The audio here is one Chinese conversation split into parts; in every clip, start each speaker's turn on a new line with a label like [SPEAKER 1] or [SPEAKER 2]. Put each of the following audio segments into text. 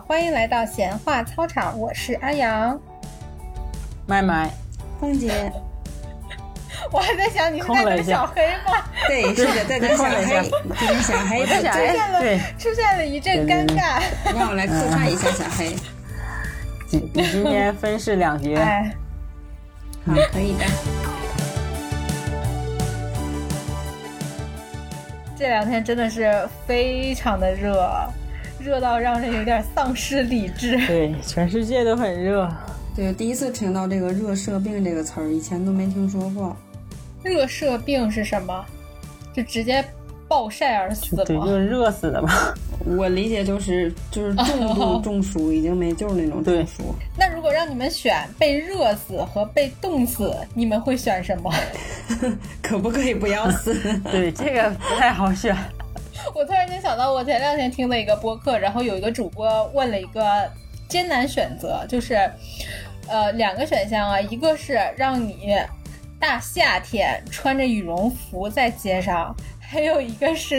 [SPEAKER 1] 欢迎来到闲话操场，我是阿阳。
[SPEAKER 2] 麦麦，
[SPEAKER 3] 凤姐。
[SPEAKER 1] 我还在想你是在等小黑吗？
[SPEAKER 3] 对，是的，在等小黑，等小黑
[SPEAKER 1] 出现了一阵尴尬。
[SPEAKER 3] 让我来客串一下小黑。
[SPEAKER 2] 你今天分饰两角。
[SPEAKER 3] 好，可以的。
[SPEAKER 1] 这两天真的是非常的热到让人有点丧失理智。
[SPEAKER 2] 对，全世界都很热。
[SPEAKER 3] 对，第一次听到这个热射病这个词儿，以前都没听说过。
[SPEAKER 1] 热射病是什么？就直接暴晒而死吗？
[SPEAKER 2] 对，就是热死的吧。
[SPEAKER 3] 我理解就是重度中暑，已经没救那种中暑。
[SPEAKER 1] 那如果让你们选被热死和被冻死，你们会选什么？
[SPEAKER 3] 可不可以不要死？
[SPEAKER 2] 对，这个不太好选。
[SPEAKER 1] 我突然间想到，我前两天听了一个播客，然后有一个主播问了一个艰难选择，就是两个选项啊，一个是让你大夏天穿着羽绒服在街上，还有一个是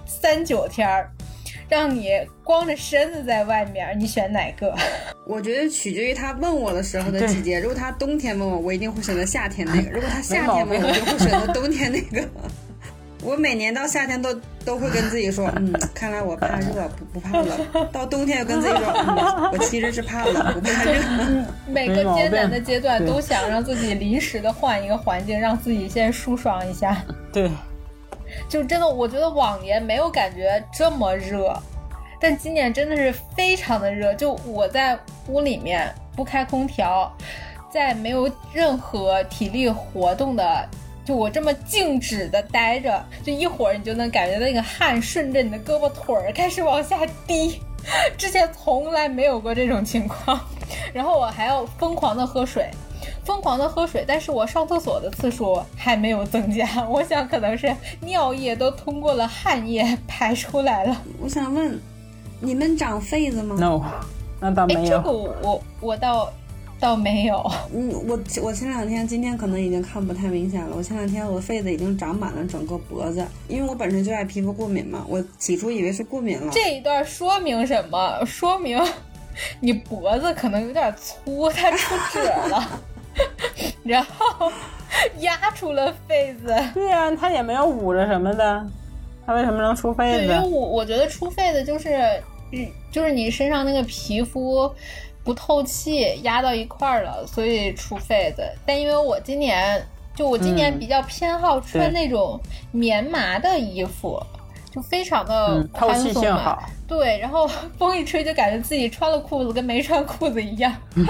[SPEAKER 1] 39天让你光着身子在外面，你选哪个？
[SPEAKER 3] 我觉得取决于他问我的时候的季节。如果他冬天问我，我一定会选择夏天那个；如果他夏天问我，就会选择冬天那个。我每年到夏天都会跟自己说，看来我怕热，不怕冷。到冬天又跟自己说，我其实是怕冷，不怕热。
[SPEAKER 1] 每个艰难的阶段都想让自己临时的换一个环境，让自己先舒爽一下。
[SPEAKER 2] 对。
[SPEAKER 1] 就真的，我觉得往年没有感觉这么热，但今年真的是非常的热。就我在屋里面不开空调，在没有任何体力活动的，就我这么静止的待着，就一会儿你就能感觉到那个汗顺着你的胳膊腿儿开始往下滴，之前从来没有过这种情况。然后我还要疯狂的喝水，但是我上厕所的次数还没有增加，我想可能是尿液都通过了汗液排出来了。
[SPEAKER 3] 我想问，你们长痱子吗
[SPEAKER 2] ？No， 那倒没有。
[SPEAKER 1] 这个我倒没有。
[SPEAKER 3] 我前两天，今天可能已经看不太明显了。我前两天我的痱子已经长满了整个脖子，因为我本身就爱皮肤过敏嘛，我起初以为是过敏了。
[SPEAKER 1] 这一段说明什么？说明你脖子可能有点粗，它出褶了。然后压出了痱子。
[SPEAKER 2] 对啊，他也没有捂着什么的，他为什么能出痱子？
[SPEAKER 1] 对，因为我觉得出痱子就是你身上那个皮肤不透气压到一块了，所以出痱子。但因为我今年比较偏好穿那种棉麻的衣服，就非常的
[SPEAKER 2] 透气性好。
[SPEAKER 1] 对，然后风一吹就感觉自己穿了裤子跟没穿裤子一样。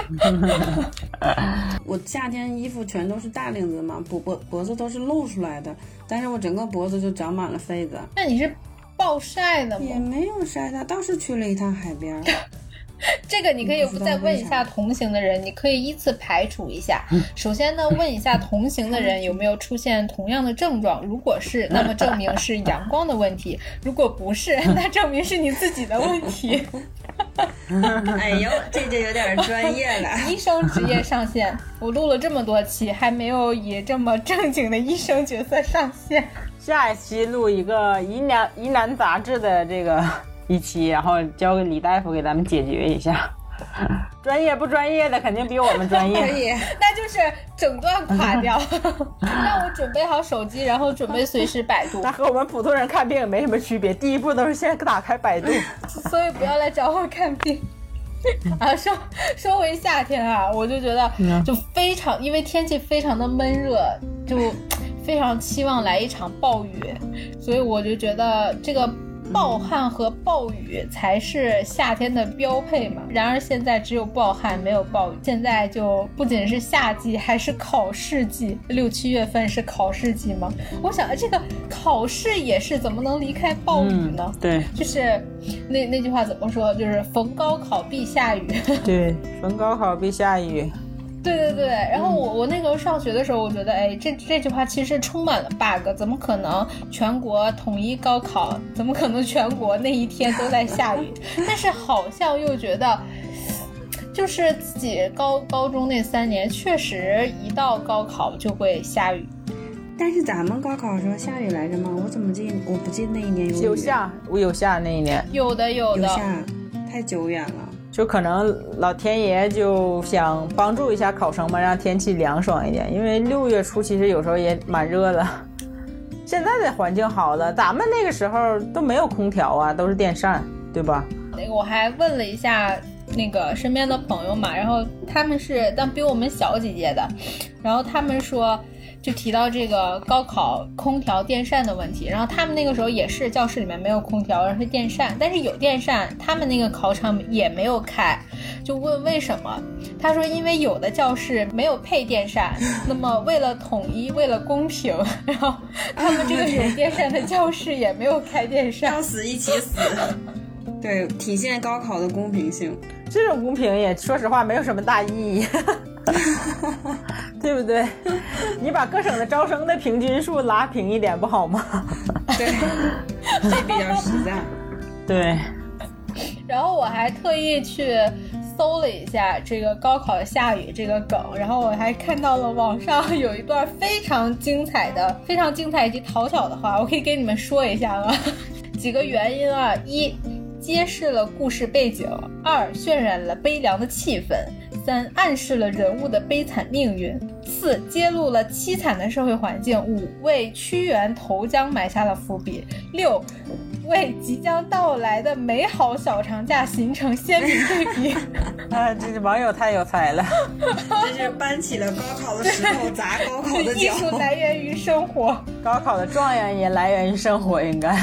[SPEAKER 3] 我夏天衣服全都是大领子嘛，脖子都是露出来的，但是我整个脖子就长满了痱子。
[SPEAKER 1] 那你是暴晒的吗？
[SPEAKER 3] 也没有晒的，倒是去了一趟海边。
[SPEAKER 1] 这个你可以再问一下同行的人，你可以依次排除一下。首先呢，问一下同行的人有没有出现同样的症状，如果是，那么证明是阳光的问题；如果不是，那证明是你自己的问题。
[SPEAKER 3] 哎呦，这就有点专业了。
[SPEAKER 1] 医生职业上线，我录了这么多期，还没有以这么正经的医生角色上线。
[SPEAKER 2] 下一期录一个疑难杂志的这个一期，然后交给李大夫给咱们解决一下。专业不专业的肯定比我们专业。
[SPEAKER 1] 可以，那就是整段垮掉。让我准备好手机，然后准备随时百度。
[SPEAKER 2] 那和我们普通人看病没什么区别，第一步都是先打开百度。
[SPEAKER 1] 所以不要来找我看病。啊，说回夏天啊，我就觉得就非常，因为天气非常的闷热，就非常期望来一场暴雨，所以我就觉得这个暴汗和暴雨才是夏天的标配嘛。然而现在只有暴汗没有暴雨，现在就不仅是夏季，还是考试季。6、7月份是考试季吗？我想这个考试也是，怎么能离开暴雨呢？
[SPEAKER 2] 对，
[SPEAKER 1] 就是那句话怎么说？就是逢高考必下雨。
[SPEAKER 2] 对，逢高考必下雨。
[SPEAKER 1] 对对对，然后我那时候上学的时候，我觉得这句话其实充满了 bug， 怎么可能全国统一高考？怎么可能全国那一天都在下雨？但是好像又觉得，就是自己高中那3年，确实一到高考就会下雨。
[SPEAKER 3] 但是咱们高考的时候下雨来着吗？我不记得那一年有雨。
[SPEAKER 2] 有下那一年。
[SPEAKER 1] 有的
[SPEAKER 3] 有下，太久远了。
[SPEAKER 2] 就可能老天爷就想帮助一下考生们，让天气凉爽一点，因为6月初其实有时候也蛮热的。现在的环境好了，咱们那个时候都没有空调啊，都是电扇，对吧？
[SPEAKER 1] 那个我还问了一下那个身边的朋友嘛，然后他们是但比我们小几届的，然后他们说就提到这个高考空调电扇的问题，然后他们那个时候也是教室里面没有空调，而是电扇，但是有电扇，他们那个考场也没有开，就问为什么，他说因为有的教室没有配电扇，那么为了统一，为了公平，然后他们这个有电扇的教室也没有开电扇，
[SPEAKER 3] 要死一起死。对，体现高考的公平性。
[SPEAKER 2] 这种公平也说实话没有什么大意义。对不对？你把各省的招生的平均数拉平一点不好吗？
[SPEAKER 3] 对，这比较实在。
[SPEAKER 2] 对。
[SPEAKER 1] 然后我还特意去搜了一下这个高考下雨这个梗，然后我还看到了网上有一段非常精彩以及讨巧的话，我可以给你们说一下吗？几个原因啊：一，揭示了故事背景；二，渲染了悲凉的气氛；三，暗示了人物的悲惨命运；四，揭露了凄惨的社会环境；五，为屈原投江埋下了伏笔；六，为即将到来的美好小长假形成鲜明对比。
[SPEAKER 2] 这网友太有才了，
[SPEAKER 3] 这是搬起了高考的石头砸高考的脚。
[SPEAKER 1] 艺术来源于生活，
[SPEAKER 2] 高考的状元也来源于生活，应该。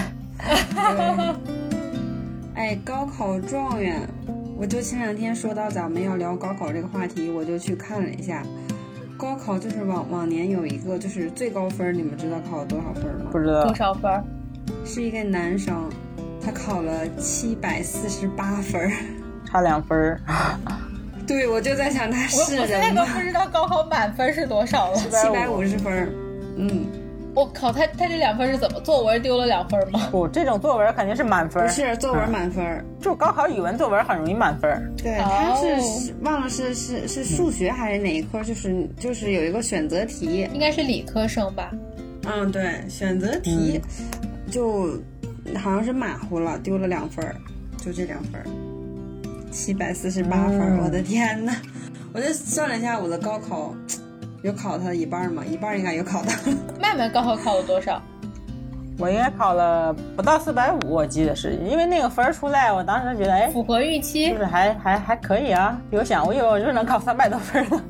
[SPEAKER 3] 哎，高考状元，我就前2天说到咱们要聊高考这个话题，我就去看了一下，高考就是往年有一个就是最高分，你们知道考了多少分吗？
[SPEAKER 2] 不知道
[SPEAKER 1] 多少分？
[SPEAKER 3] 是一个男生，他考了748分，
[SPEAKER 2] 差2分。
[SPEAKER 3] 对，我就在想他是人吗？
[SPEAKER 1] 我现在都不知道高考满分是多少了。
[SPEAKER 3] 750分。
[SPEAKER 1] 我靠，他这2分是怎么？作文丢了2分吗？
[SPEAKER 2] 不，这种作文肯定是满分。
[SPEAKER 3] 不是作文满分，
[SPEAKER 2] 就高考语文作文很容易满分。
[SPEAKER 3] 对，他是忘了是数学还是哪一科，就是有一个选择题，
[SPEAKER 1] 应该是理科生吧？
[SPEAKER 3] 对，选择题就好像是马虎了，丢了2分，就这2分，748分，我的天哪！我就算了一下我的高考。有考他一半吗？一半应该有考他。
[SPEAKER 1] 麦麦高考考了多少？
[SPEAKER 2] 我应该考了不到450，我记得是，因为那个分出来，我当时觉得
[SPEAKER 1] 符合预期，
[SPEAKER 2] 就是还可以啊。比我想，我以为我就能考300多分呢。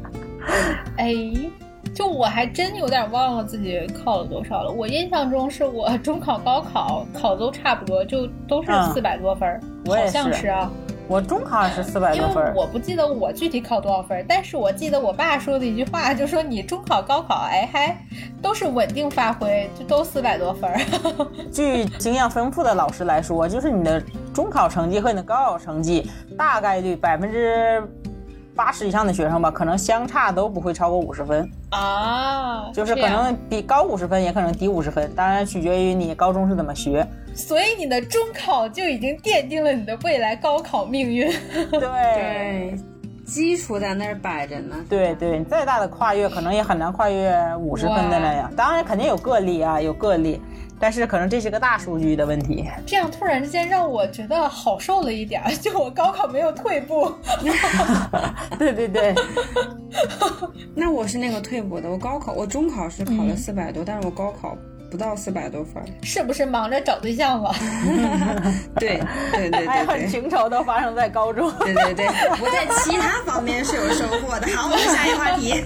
[SPEAKER 1] 就我还真有点忘了自己考了多少了。我印象中是我中考、高考考的都差不多，就都是400多分，好像是啊。
[SPEAKER 2] 我中考是400多分，
[SPEAKER 1] 因为我不记得我具体考多少分，但是我记得我爸说的一句话，就说你中考、高考，还都是稳定发挥，就都400多分。
[SPEAKER 2] 据经验丰富的老师来说，就是你的中考成绩和你的高考成绩，大概率80%以上的学生吧，可能相差都不会超过50分
[SPEAKER 1] 啊，
[SPEAKER 2] 就是可能比高50分，也可能低50分，当然取决于你高中是怎么学。
[SPEAKER 1] 所以你的中考就已经奠定了你的未来高考命运。
[SPEAKER 3] 对，基础在那儿摆着呢。
[SPEAKER 2] 对，再大的跨越可能也很难跨越50分的那样，当然肯定有个例啊，有个例，但是可能这是个大数据的问题。
[SPEAKER 1] 这样突然之间让我觉得好受了一点，就我高考没有退步。
[SPEAKER 2] 对。
[SPEAKER 3] 那我是那个退步的，我中考是考了400多，但是我高考不到400多分。是
[SPEAKER 1] 不是忙着找对象了？
[SPEAKER 3] 对，
[SPEAKER 2] 爱恨情仇都发生在高中。
[SPEAKER 3] 对，我在其他方面是有收获的。好，我们下一个话题。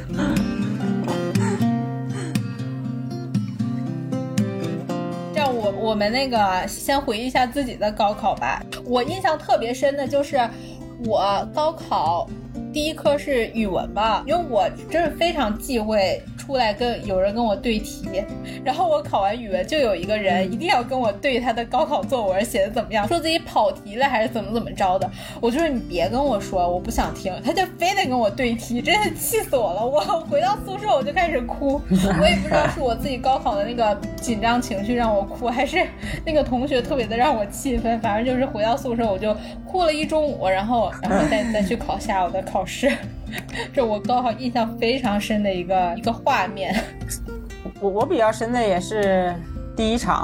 [SPEAKER 1] 让我们那个先回忆一下自己的高考吧。我印象特别深的就是我高考第一科是语文吧，因为我真是非常忌讳出来有人跟我对题，然后我考完语文就有一个人一定要跟我对他的高考作文写的怎么样，说自己跑题了还是怎么着的，我就说你别跟我说，我不想听，他就非得跟我对题，真是气死我了。我回到宿舍我就开始哭，我也不知道是我自己高考的那个紧张情绪让我哭，还是那个同学特别的让我气愤，反正就是回到宿舍我就哭了一中午，然后再去考下午的考试。这我高考印象非常深的一个画面。
[SPEAKER 2] 我比较深的也是第一场，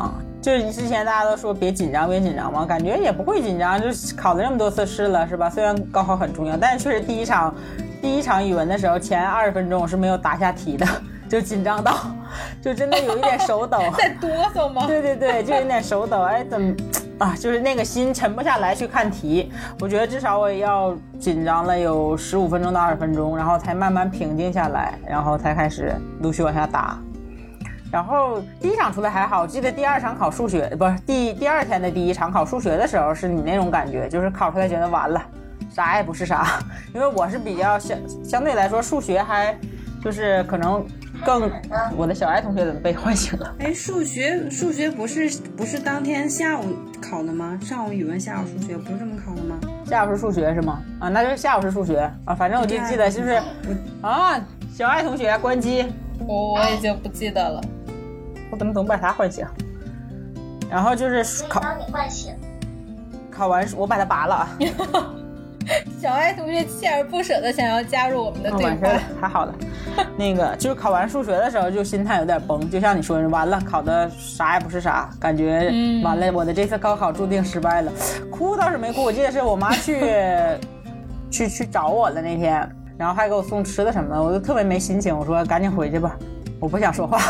[SPEAKER 2] 就是之前大家都说别紧张别紧张嘛，感觉也不会紧张，就是考了这么多次试了是吧？虽然高考很重要，但是确实第一场语文的时候前20分钟我是没有答下题的，就紧张到就真的有一点手抖
[SPEAKER 1] 在哆嗦吗？
[SPEAKER 2] 对对对，就有点手抖，哎怎么啊，就是那个心沉不下来去看题。我觉得至少我也要紧张了有15分钟到20分钟，然后才慢慢平静下来，然后才开始陆续往下答。然后第一场出来还好，记得第二场考数学，不是第二天的第一场考数学的时候是你那种感觉，就是考出来觉得完了啥也不是啥，因为我是比较相对来说数学还就是可能更，我的小爱同学怎么被唤醒了？
[SPEAKER 3] 哎，数学不是当天下午考的吗？上午语文，下午数学，不是这么考的吗？
[SPEAKER 2] 下午是数学是吗？啊，那就是下午是数学啊，反正我就记得就是啊，小爱同学关机，
[SPEAKER 1] 我已经不记得了。
[SPEAKER 2] 我怎么总把他唤醒？然后就是考，
[SPEAKER 4] 让你唤醒。
[SPEAKER 2] 考完我把他拔了啊。
[SPEAKER 1] 小爱同学锲而不舍的想要加入我们的对话，
[SPEAKER 2] 还好了。那个就是考完数学的时候就心态有点崩，就像你说的，完了考的啥也不是啥，感觉完了，我的这次高考注定失败了。哭倒是没哭，我记得是我妈去找我了那天，然后还给我送吃的什么的，我就特别没心情，我说赶紧回去吧，我不想说话。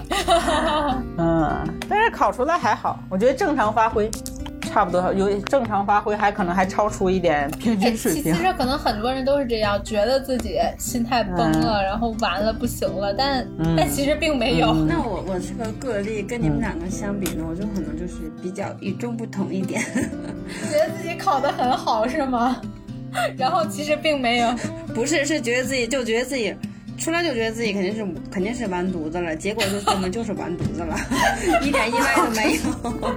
[SPEAKER 2] 但是考出来还好，我觉得正常发挥。差不多有正常发挥，还可能还超出一点平均水平。
[SPEAKER 1] 其实可能很多人都是这样，觉得自己心态崩了，然后完了不行了，但其实并没有。
[SPEAKER 3] 那我这个个例跟你们两个相比呢，我就可能就是比较与众不同一点。
[SPEAKER 1] 觉得自己考得很好是吗？然后其实并没有，
[SPEAKER 3] 不是，是觉得自己出来就觉得自己肯定是完犊子了，结果就根本就是完犊子了，一点意外都没有。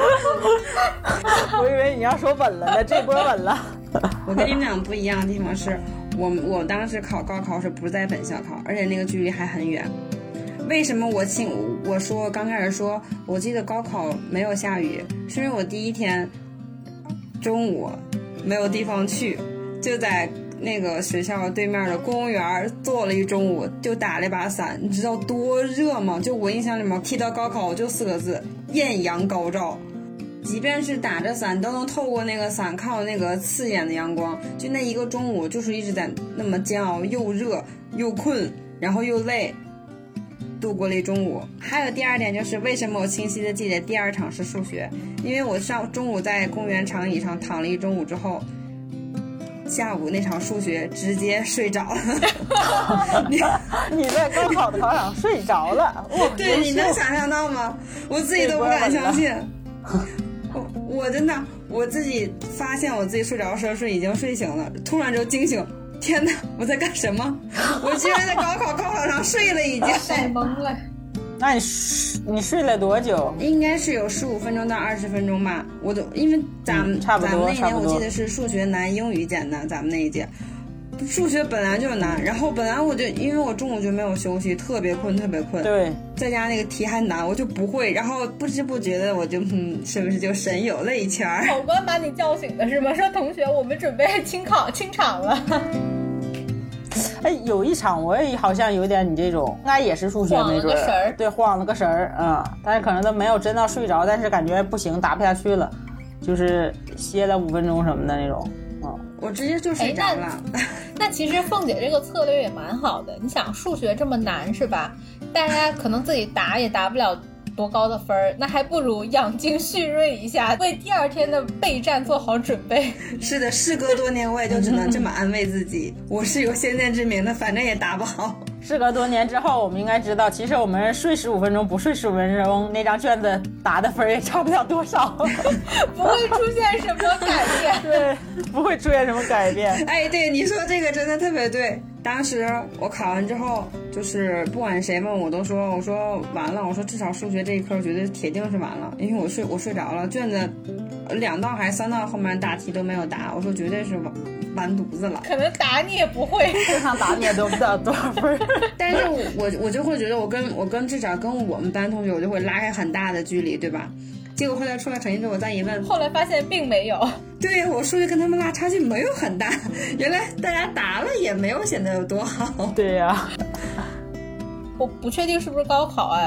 [SPEAKER 2] 我以为你要说稳了呢，这波稳了。
[SPEAKER 3] 我跟你们俩不一样的地方是，我当时考高考是不在本校考，而且那个距离还很远。为什么我说刚开始说我记得高考没有下雨，是因为我第一天中午没有地方去，就在那个学校对面的公园坐了一中午，就打了一把伞。你知道多热吗？就我印象里面提到高考就4个字：艳阳高照。即便是打着伞，都能透过那个伞看到那个刺眼的阳光。就那一个中午，就是一直在那么煎熬，又热又困，然后又累，度过了一中午。还有第二点就是为什么我清晰的记得第二场是数学，因为我中午在公园长椅上躺了一中午之后，下午那场数学直接睡着了。
[SPEAKER 2] 你在高考的考场睡着了？
[SPEAKER 3] 对，你能想象到吗？我自己都不敢相信。我真的，我自己发现我自己睡着的时候是已经睡醒了，突然就惊醒，天哪，我在干什么？我居然在高考上睡了，已经
[SPEAKER 1] 太懵了。
[SPEAKER 2] 那你睡了多久？
[SPEAKER 3] 应该是有15分钟到20分钟吧。我都因为咱们那一年我记得是数学难，英语简单，咱们那一届。数学本来就难，然后本来我就因为我中午就没有休息，特别困，
[SPEAKER 2] 对，
[SPEAKER 3] 再加那个题还难，我就不会，然后不知不觉的我就是不是就神游了一圈。
[SPEAKER 1] 考官把你叫醒的是吗？说同学，我们准备清场了。
[SPEAKER 2] 哎，有一场我也好像有点你这种，应该也是数学没准，对，晃了个神儿，但是可能都没有真到睡着，但是感觉不行，打不下去了，就是歇了5分钟什么的那种。
[SPEAKER 3] 我直接就睡着了。
[SPEAKER 1] 那其实凤姐这个策略也蛮好的，你想数学这么难是吧？大家可能自己答也答不了多高的分儿，那还不如养精蓄锐一下，为第二天的备战做好准备。
[SPEAKER 3] 是的，事隔多年，我也就只能这么安慰自己，我是有先见之明的，反正也答不好。
[SPEAKER 2] 事隔多年之后，我们应该知道，其实我们睡15分钟不睡15分钟，那张卷子答的分也差不了多少，
[SPEAKER 1] 不会出现什么改变。
[SPEAKER 2] 对，不会出现什么改变。
[SPEAKER 3] 哎，对，你说这个真的特别对。当时我考完之后，就是不管谁问我都说，我说完了，我说至少数学这一科我觉得铁定是完了，因为我睡着了，卷子2道还是3道后面大题都没有答，我说绝对是完犊子了。
[SPEAKER 1] 可能答你也不会，
[SPEAKER 2] 正常答你也都不知道多少分。
[SPEAKER 3] 但是我就会觉得我跟至少跟我们班同学我就会拉开很大的距离，对吧？结果后来出来成绩之后，我再一问，
[SPEAKER 1] 后来发现并没有。
[SPEAKER 3] 对，我数学跟他们拉差距没有很大，原来大家答了也没有显得有多好。
[SPEAKER 2] 对呀，
[SPEAKER 1] 我不确定是不是高考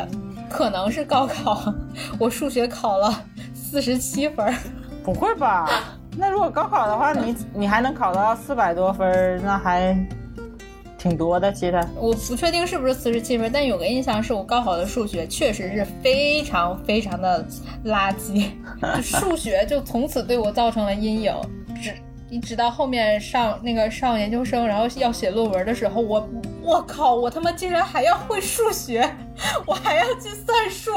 [SPEAKER 1] 可能是高考，我数学考了47分。
[SPEAKER 2] 不会吧？那如果高考的话，你还能考到400多分，那还挺多的。其实
[SPEAKER 1] 我不确定是不是47分，但有个印象是我高考的数学确实是非常非常的垃圾，就数学就从此对我造成了阴影。一直到后面上研究生，然后要写论文的时候，我靠，我他妈竟然还要会数学，我还要去算数，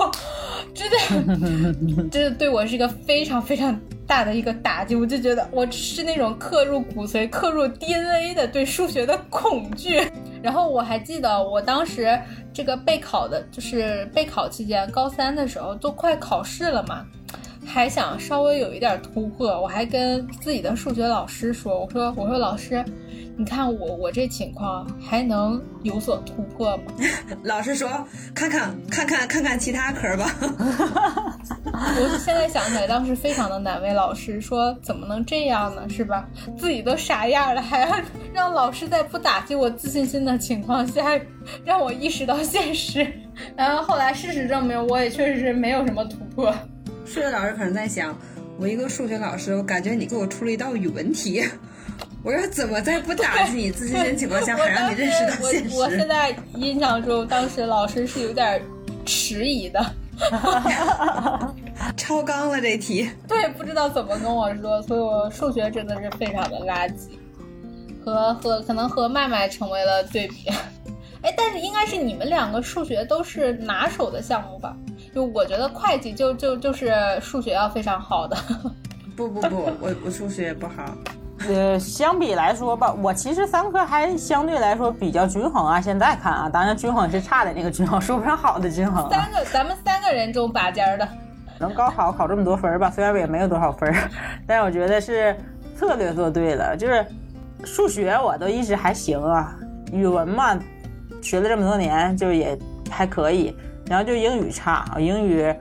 [SPEAKER 1] 真的对我是一个非常非常大的一个打击。我就觉得我是那种刻入骨髓、刻入 DNA 的对数学的恐惧。然后我还记得我当时这个备考的，就是备考期间，高3的时候都快考试了嘛，还想稍微有一点突破，我还跟自己的数学老师说，我说老师，你看我这情况还能有所突破吗？
[SPEAKER 3] 老师说看看其他科吧。
[SPEAKER 1] 我现在想起来当时非常的难为老师，说怎么能这样呢，是吧？自己都啥样了，还要让老师在不打击我自信心的情况下让我意识到现实。然后后来事实证明我也确实是没有什么突破。
[SPEAKER 3] 数学老师可能在想，我一个数学老师，我感觉你给我出了一道语文题，我要怎么在不打击你自信心情况下还让你认识到现实？
[SPEAKER 1] 我现在印象中当时老师是有点迟疑的。
[SPEAKER 3] 超纲了这题。
[SPEAKER 1] 对，不知道怎么跟我说，所以我数学真的是非常的垃圾，可能和麦麦成为了对比。哎，但是应该是你们两个数学都是拿手的项目吧？就我觉得会计就是数学要非常好的。
[SPEAKER 3] 不，我数学不好。
[SPEAKER 2] 相比来说吧，我其实3科还相对来说比较均衡啊。现在看啊，当然均衡是差的那个均衡，说不上好的均衡、啊。
[SPEAKER 1] 咱们3个人中拔尖的，
[SPEAKER 2] 能高考考这么多分吧？虽然也没有多少分，但是我觉得是策略做对了。就是数学我都一直还行啊，语文嘛，学了这么多年就也还可以。然后就英语差，英语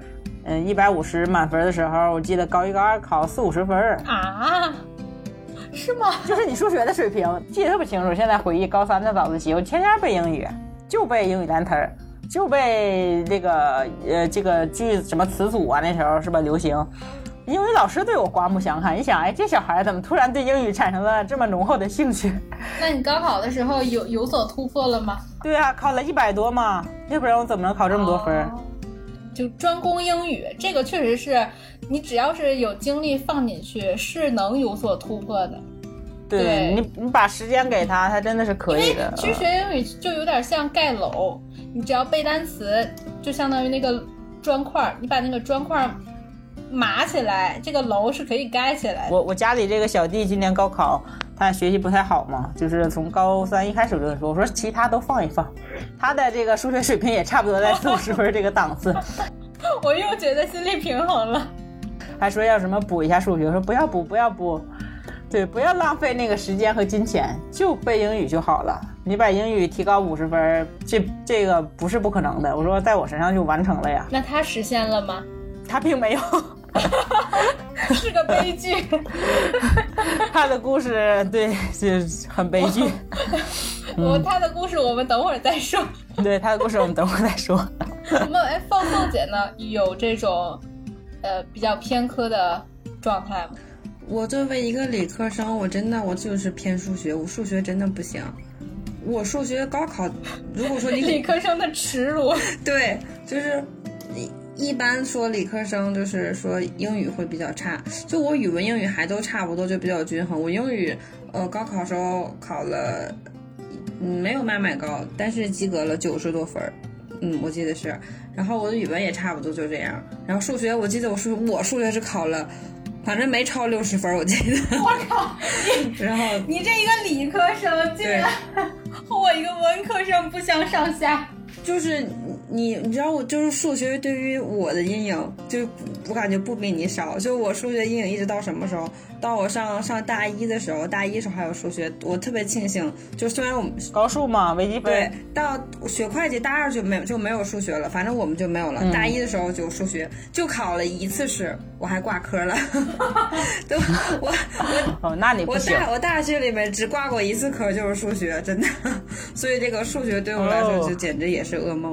[SPEAKER 2] 150满分的时候，我记得高1高2考40-50分
[SPEAKER 1] 啊。是吗？
[SPEAKER 2] 就是你数学的水平记得特别清楚。现在回忆高3的早自习，我天天背英语，就背英语单词，就背这个句什么词组啊，那时候是吧流行。英语老师对我刮目相看，一想，哎，这小孩怎么突然对英语产生了这么浓厚的兴趣？
[SPEAKER 1] 那你高考的时候有所突破了吗？
[SPEAKER 2] 对啊，考了100多嘛，要不然我怎么能考这么多分？
[SPEAKER 1] 就专攻英语，这个确实是你只要是有精力放进去，是能有所突破的。
[SPEAKER 2] 对，你把时间给他，他真的是可以的。
[SPEAKER 1] 其实学英语就有点像盖楼，你只要背单词，就相当于那个砖块，你把那个砖块码起来，这个楼是可以盖起来的。
[SPEAKER 2] 我家里这个小弟今年高考，他学习不太好嘛，就是从高3一开始就跟我说其他都放一放，他的这个数学水平也差不多在40-50分这个档次。
[SPEAKER 1] 我又觉得心理平衡了。
[SPEAKER 2] 还说要什么补一下数学，我说不要补，对，不要浪费那个时间和金钱，就背英语就好了。你把英语提高50分，这个不是不可能的。我说在我身上就完成了呀。
[SPEAKER 1] 那他实现了吗？
[SPEAKER 2] 他并没有。
[SPEAKER 1] 是个悲剧。
[SPEAKER 2] 他的故事对是很悲剧。
[SPEAKER 1] 他的故事我们等会儿再说。
[SPEAKER 2] 对，他的故事我们等会儿再说。
[SPEAKER 1] 我们凤凤姐呢有这种比较偏科的状态吗？
[SPEAKER 3] 我作为一个理科生，我就是偏数学，我数学真的不行。我数学高考，如果说你
[SPEAKER 1] 理科生的耻辱。
[SPEAKER 3] 对，就是一般说理科生就是说英语会比较差，就我语文英语还都差不多，就比较均衡。我英语高考时候考了没有麦麦高，但是及格了90多分，我记得是。然后我的语文也差不多就这样。然后数学我记得我数学是考了，反正没超60分，我记得。
[SPEAKER 1] 我靠！
[SPEAKER 3] 然后
[SPEAKER 1] 你这一个理科生竟然和我一个文科生不相上下。
[SPEAKER 3] 就是你知道我就是数学对于我的阴影，就我感觉不比你少。就我数学阴影一直到什么时候？到我上大一的时候，大一时候还有数学，我特别庆幸。就虽然我们
[SPEAKER 2] 高数嘛，微积分。
[SPEAKER 3] 对，到学会计大二就没有数学了，反正我们就没有了。大一的时候就数学，就考了1次试，我还挂科了。对，
[SPEAKER 2] 那你不行。
[SPEAKER 3] 我大学里面只挂过1次科，就是数学，真的。所以这个数学对我来说就简直也是噩梦。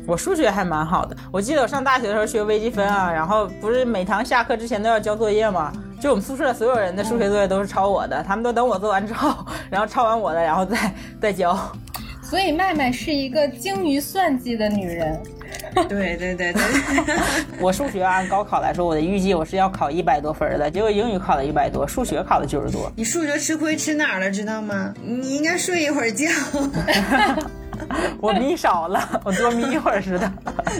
[SPEAKER 2] 我数学还蛮好的，我记得我上大学的时候学微积分啊，然后不是每堂下课之前都要交作业吗？就我们宿舍所有人的数学作业都是抄我的，他们都等我做完之后，然后抄完我的，然后再交。
[SPEAKER 1] 所以麦麦是一个精于算计的女人。
[SPEAKER 3] 对对对对，
[SPEAKER 2] 我数学按高考来说，我的预计我是要考100多分的，结果英语考了100多，数学考了90多。
[SPEAKER 3] 你数学吃亏吃哪儿了，知道吗？你应该睡一会儿觉。
[SPEAKER 2] 我眯少了，我多眯一会儿似的。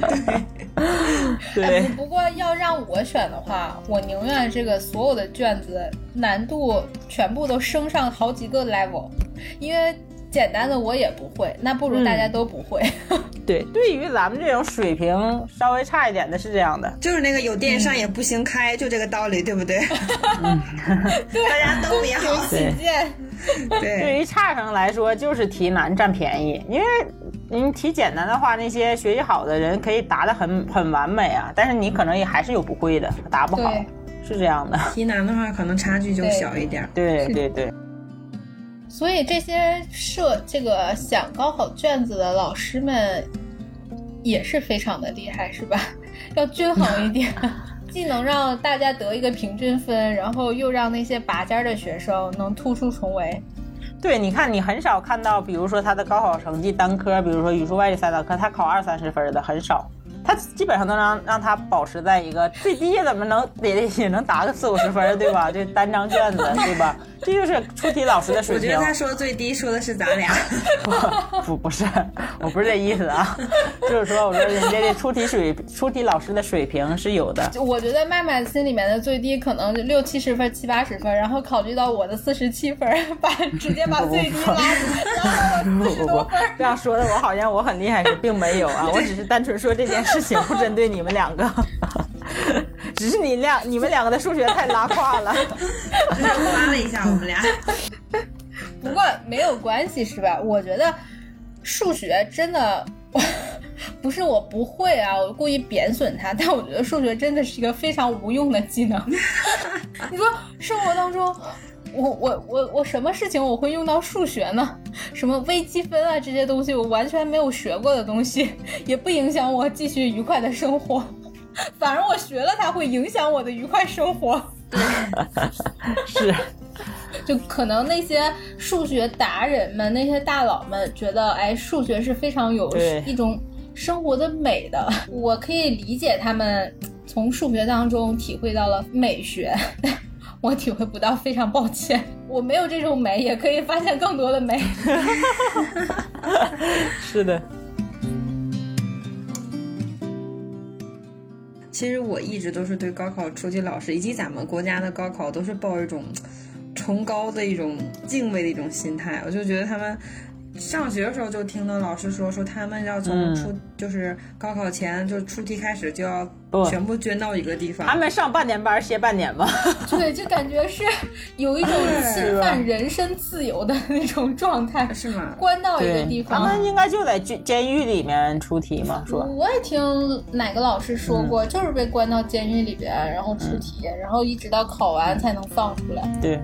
[SPEAKER 2] 对。
[SPEAKER 1] 不过要让我选的话，我宁愿这个所有的卷子难度全部都升上好几个 level， 因为简单的我也不会，那不如大家都不会。
[SPEAKER 2] 对，对于咱们这种水平稍微差一点的是这样的，
[SPEAKER 3] 就是那个有电上也不行开，就这个道理，对不对？对，大家都别好。
[SPEAKER 1] 起见。
[SPEAKER 3] 对，
[SPEAKER 2] 对于差生来说，就是题难占便宜，因为你题简单的话，那些学习好的人可以答得很完美啊，但是你可能也还是有不会的，答不好，是这样的。
[SPEAKER 3] 题难的话，可能差距就小一点。
[SPEAKER 2] 对对对。
[SPEAKER 1] 所以这些这个想高考卷子的老师们也是非常的厉害，是吧？要均衡一点。既能让大家得一个平均分，然后又让那些拔尖的学生能突出重围。
[SPEAKER 2] 对，你看你很少看到比如说他的高考成绩单科，比如说语数外这3道科他考20-30分的很少，他基本上都让他保持在一个最低怎么能也能答个40-50分，对吧？这单张卷子，对吧？这就是出题老师的水平。
[SPEAKER 3] 我觉得他说最低说的是咱俩。
[SPEAKER 2] 不是，我不是这意思啊，就是说我说人家这出题老师的水平是有的。
[SPEAKER 1] 我觉得麦麦心里面的最低可能60-70分、70-80分，然后考虑到我的47分，直接把最低拉40多分。
[SPEAKER 2] 这样说的我好像我很厉害，并没有啊，我只是单纯说这件事情不针对你们两个。只是你们两个的数学太拉胯了，
[SPEAKER 3] 只是夸了一下我们俩。
[SPEAKER 1] 不过没有关系，是吧？我觉得数学真的不是我不会啊，我故意贬损它，但我觉得数学真的是一个非常无用的技能。你说生活当中我什么事情我会用到数学呢？什么微积分啊这些东西我完全没有学过的东西，也不影响我继续愉快的生活，反而我学了它会影响我的愉快生活。
[SPEAKER 3] 对，
[SPEAKER 2] 是。
[SPEAKER 1] 就可能那些数学达人们，那些大佬们觉得，哎，数学是非常有一种生活的美的。我可以理解他们从数学当中体会到了美学，我体会不到，非常抱歉。我没有这种美，也可以发现更多的美。
[SPEAKER 2] 是的。
[SPEAKER 3] 其实我一直都是对高考出题老师以及咱们国家的高考都是抱一种崇高的一种敬畏的一种心态。我就觉得他们上学的时候就听到老师说他们要从就是高考前就出题开始就要全部捐到一个地方，
[SPEAKER 2] 他们上半年班歇半年吧。
[SPEAKER 1] 对，就感觉是有一种侵犯人身自由的那种状态，
[SPEAKER 3] 是吗？
[SPEAKER 1] 关到一个地方，
[SPEAKER 2] 他们应该就在监狱里面出题嘛，说。
[SPEAKER 1] 我也听哪个老师说过，就是被关到监狱里边，然后出题，然后一直到考完才能放出来。
[SPEAKER 2] 对。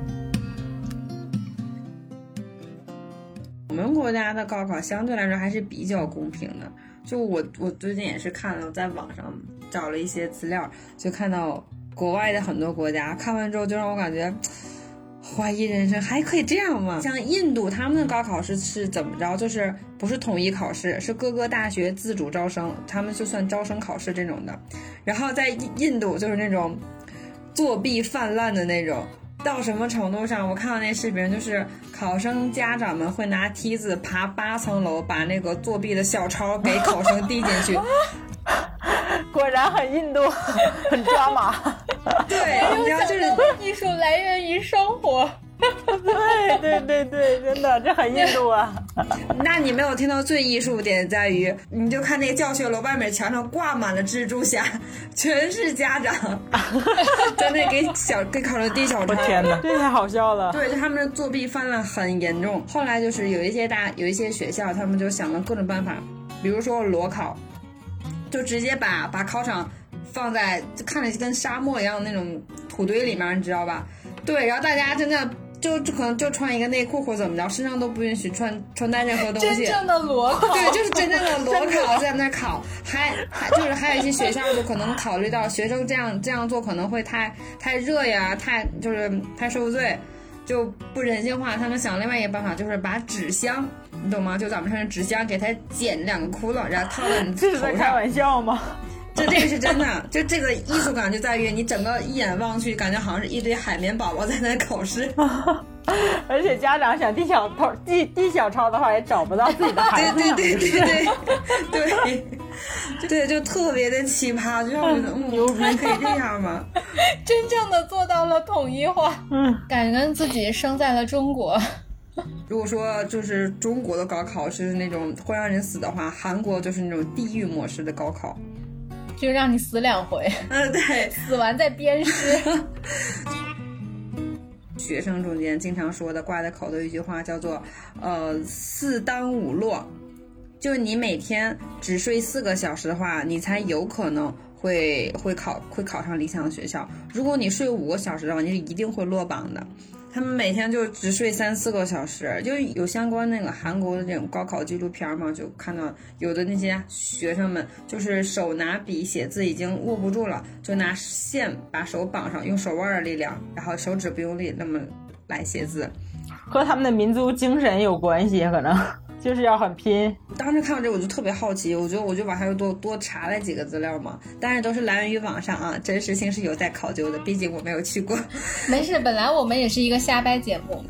[SPEAKER 3] 我们国家的高考相对来说还是比较公平的。就我最近也是看了，在网上找了一些资料，就看到国外的很多国家，看完之后就让我感觉怀疑人生，还可以这样吗？像印度他们的高考是怎么着，就是不是统一考试，是各个大学自主招生，他们就算招生考试这种的。然后在印度就是那种作弊泛滥的那种，到什么程度上，我看到那视频，就是考生家长们会拿梯子爬8层楼，把那个作弊的小抄给考生递进去。
[SPEAKER 2] 果然很印度，很抓马。
[SPEAKER 3] 对，你知道就是
[SPEAKER 1] 艺术来源于生活。
[SPEAKER 2] 对，真的这很印度啊。
[SPEAKER 3] 那你没有听到最艺术点在于，你就看那个教学楼外面墙上挂满了蜘蛛侠，全是家长在那给考生递小抄。
[SPEAKER 2] 我天哪，这太好笑了。
[SPEAKER 3] 对，他们的作弊泛滥很严重。后来就是有一些学校，他们就想了各种办法，比如说裸考，就直接把考场放在就看着跟沙漠一样的那种土堆里面，你知道吧？对，然后大家真的就可能就穿一个内裤或怎么着，身上都不允许穿戴任何东西。
[SPEAKER 1] 真正的裸考，
[SPEAKER 3] 对，就是真正的裸考在那考，还有一些学校就可能考虑到学生这样做可能会太热呀，太受罪，就不人性化。他们想另外一个办法，就是把纸箱，你懂吗？就咱们说纸箱给它剪2个窟窿，然后套在你头上。
[SPEAKER 2] 这是在开玩笑吗？
[SPEAKER 3] 这个是真的，就这个艺术感就在于你整个一眼望去，感觉好像是一堆海绵宝宝在那考试。
[SPEAKER 2] 而且家长想递小抄的话，也找不到自己的孩子。
[SPEAKER 3] 对，就特别的奇葩，就让我觉得牛逼，可以这样吗？
[SPEAKER 1] 真正的做到了统一化，感觉自己生在了中国。
[SPEAKER 3] 如果说就是中国的高考是那种会让人死的话，韩国就是那种地狱模式的高考，
[SPEAKER 1] 就让你死2回。
[SPEAKER 3] 对，
[SPEAKER 1] 死完再鞭尸。
[SPEAKER 3] 学生中间经常说的挂在口的一句话叫做4当5落，就是你每天只睡4个小时的话，你才有可能会考上理想的学校。如果你睡5个小时的话，你是一定会落榜的。他们每天就只睡3-4个小时，就有相关那个韩国的这种高考纪录片嘛，就看到有的那些学生们就是手拿笔写字已经握不住了，就拿线把手绑上，用手腕的力量，然后手指不用力那么来写字，
[SPEAKER 2] 和他们的民族精神有关系，可能就是要很拼。
[SPEAKER 3] 当时看到这我就特别好奇，我就网上又多查了几个资料嘛，但是都是来源于网上啊，真实性是有待考究的，毕竟我没有去过。
[SPEAKER 1] 没事，本来我们也是一个瞎掰节目。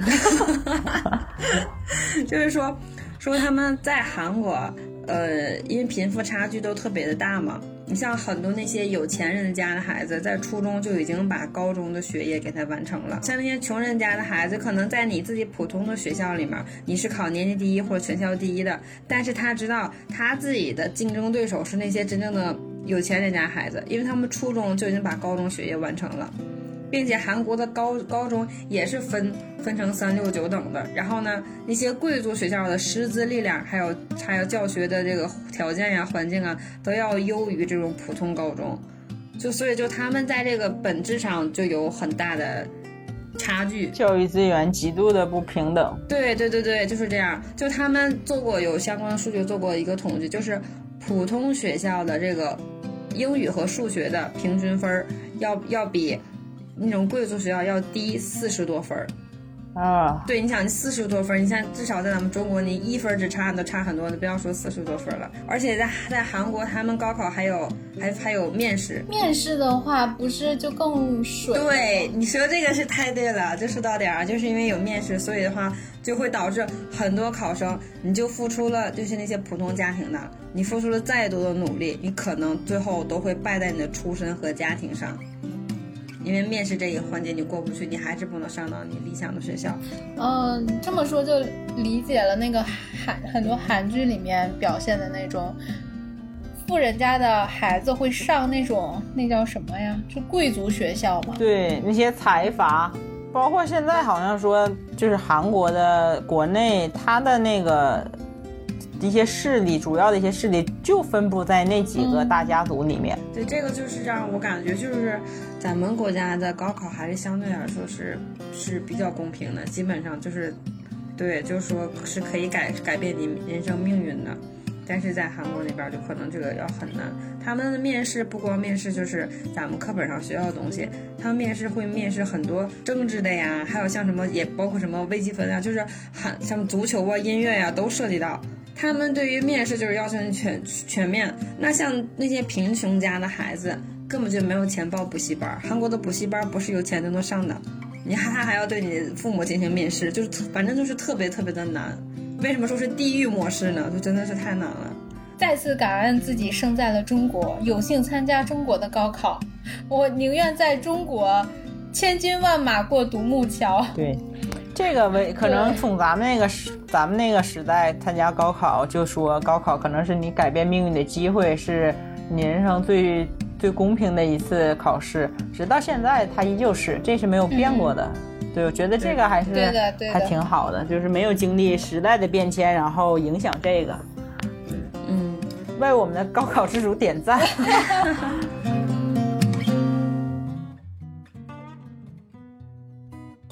[SPEAKER 3] 就是说他们在韩国因为贫富差距都特别的大嘛，你像很多那些有钱人家的孩子在初中就已经把高中的学业给他完成了，像那些穷人家的孩子可能在你自己普通的学校里面你是考年级第1或者全校第1的，但是他知道他自己的竞争对手是那些真正的有钱人家孩子，因为他们初中就已经把高中学业完成了，并且韩国的高中也是分成3、6、9等的。然后呢，那些贵族学校的师资力量还有教学的这个条件呀、环境啊，都要优于这种普通高中。所以他们在这个本质上就有很大的差距，
[SPEAKER 2] 教育资源极度的不平等。
[SPEAKER 3] 对，就是这样。就他们有相关的数据做过一个统计，就是普通学校的这个英语和数学的平均分要比那种贵族学校要低40多分
[SPEAKER 2] 啊。对，
[SPEAKER 3] 你想40多分，你像至少在咱们中国，你1分只差都差很多，不要说40多分了。而且在韩国，他们高考还有面试。
[SPEAKER 1] 面试的话，不是就更水？
[SPEAKER 3] 对，你说这个是太对了，就说到点儿，就是因为有面试，所以的话就会导致很多考生，你就付出了，就是那些普通家庭的，你付出了再多的努力，你可能最后都会败在你的出身和家庭上。因为面试这一环节你过不去，你还是不能上到你理想的学校。
[SPEAKER 1] 这么说就理解了那个很多韩剧里面表现的那种富人家的孩子会上那叫什么呀？就贵族学校嘛。
[SPEAKER 2] 对，那些财阀，包括现在好像说，就是韩国的国内，它的那个一些势力，主要的一些势力就分布在那几个大家族里面。
[SPEAKER 3] 对，这个就是让我感觉就是咱们国家的高考还是相对来说是比较公平的，基本上就是对，就是说是可以改变你人生命运的。但是在韩国那边就可能这个要很难，他们的面试不光面试就是咱们课本上学到的东西，他们面试会面试很多政治的呀，还有像什么也包括什么微积分啊，就是像足球啊、音乐呀都涉及到。他们对于面试就是要求全面，那像那些贫穷家的孩子根本就没有钱报补习班，韩国的补习班不是有钱就能上的，他还要对你父母进行面试，就是反正就是特别特别的难。为什么说是地狱模式呢？就真的是太难了。
[SPEAKER 1] 再次感恩自己生在了中国，有幸参加中国的高考，我宁愿在中国千军万马过独木桥。
[SPEAKER 2] 对，这个可能从咱们那个时代参加高考，就说高考可能是你改变命运的机会，是你人生最公平的一次考试，直到现在它依旧是，这是没有变过的。对，我觉得这个还是还挺好的，就是没有经历时代的变迁，然后影响这个，为我们的高考之主点赞。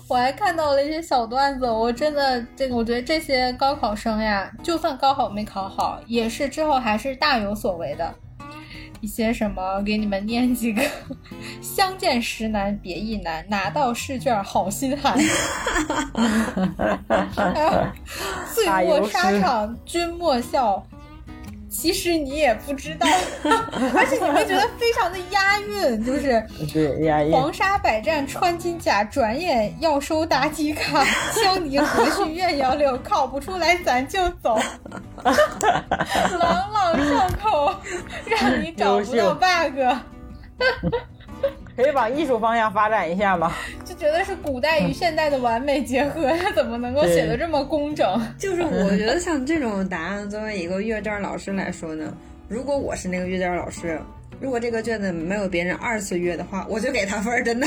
[SPEAKER 1] 我还看到了一些小段子，我真的我觉得这些高考生呀，就算高考没考好，也是之后还是大有所为的。一些什么，给你们念几个：相见时难别亦难，拿到试卷好心寒。醉卧沙场君莫笑，其实你也不知道。而且你会觉得非常的押韵，就是
[SPEAKER 2] 对押韵。
[SPEAKER 1] 黄沙百战穿金甲，转眼要收答题卡。羌笛何须怨杨柳，考不出来咱就走。朗朗上口，让你找不到 bug。
[SPEAKER 2] 可以往艺术方向发展一下吗？
[SPEAKER 1] 就觉得是古代与现代的完美结合，他怎么能够写得这么工整？
[SPEAKER 3] 就是我觉得像这种答案，作为一个阅卷老师来说呢，如果我是那个阅卷老师，如果这个卷子没有别人2次阅的话，我就给他分，真的。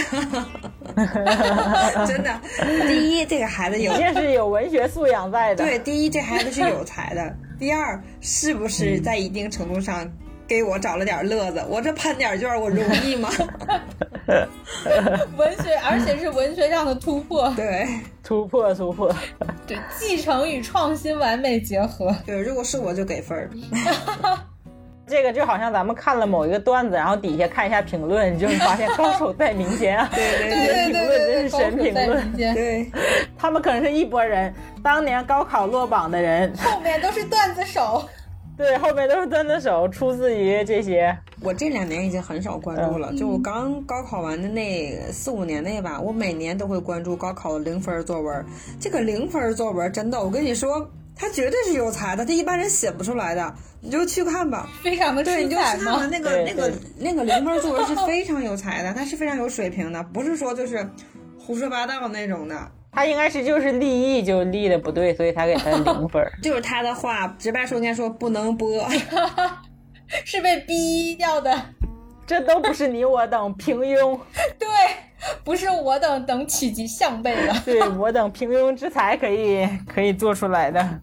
[SPEAKER 3] 真的。第一，这个孩子
[SPEAKER 2] 一定是有文学素养在的。
[SPEAKER 3] 对，第一，这孩子是有才的。第二，是不是在一定程度上给我找了点乐子？我这喷点卷我容易吗？
[SPEAKER 1] 文学，而且是文学上的突破。
[SPEAKER 3] 对，
[SPEAKER 2] 突破。
[SPEAKER 1] 对，继承与创新完美结合。
[SPEAKER 3] 对，如果是我就给分。
[SPEAKER 2] 这个就好像咱们看了某一个段子，然后底下看一下评论，你就会发现高手在民间啊。
[SPEAKER 3] 对，
[SPEAKER 2] 评论真是神评论。
[SPEAKER 3] 对，
[SPEAKER 2] 他们可能是一拨人，当年高考落榜的人，
[SPEAKER 1] 后面都是段子手。
[SPEAKER 2] 对，后面都是段子手，出自于这些。
[SPEAKER 3] 我这2年已经很少关注了，就我刚高考完的那4、5年内吧，我每年都会关注高考的0分作文。这个0分作文真的，我跟你说，他绝对是有才的，他一般人写不出来的，你就去看吧。
[SPEAKER 1] 非常的出彩吗？
[SPEAKER 3] 对，你就去看吧。那个0分作文是非常有才的，他是非常有水平的，不是说就是胡说八道那种的。
[SPEAKER 2] 他应该是就是立意就立的不对，所以他给他0分。
[SPEAKER 3] 就是他的话直白说应该说不能播。
[SPEAKER 1] 是被逼掉的。
[SPEAKER 2] 这都不是你我等平庸。
[SPEAKER 1] 对，不是我等企及项背的。
[SPEAKER 2] 对，我等平庸之才可以做出来的。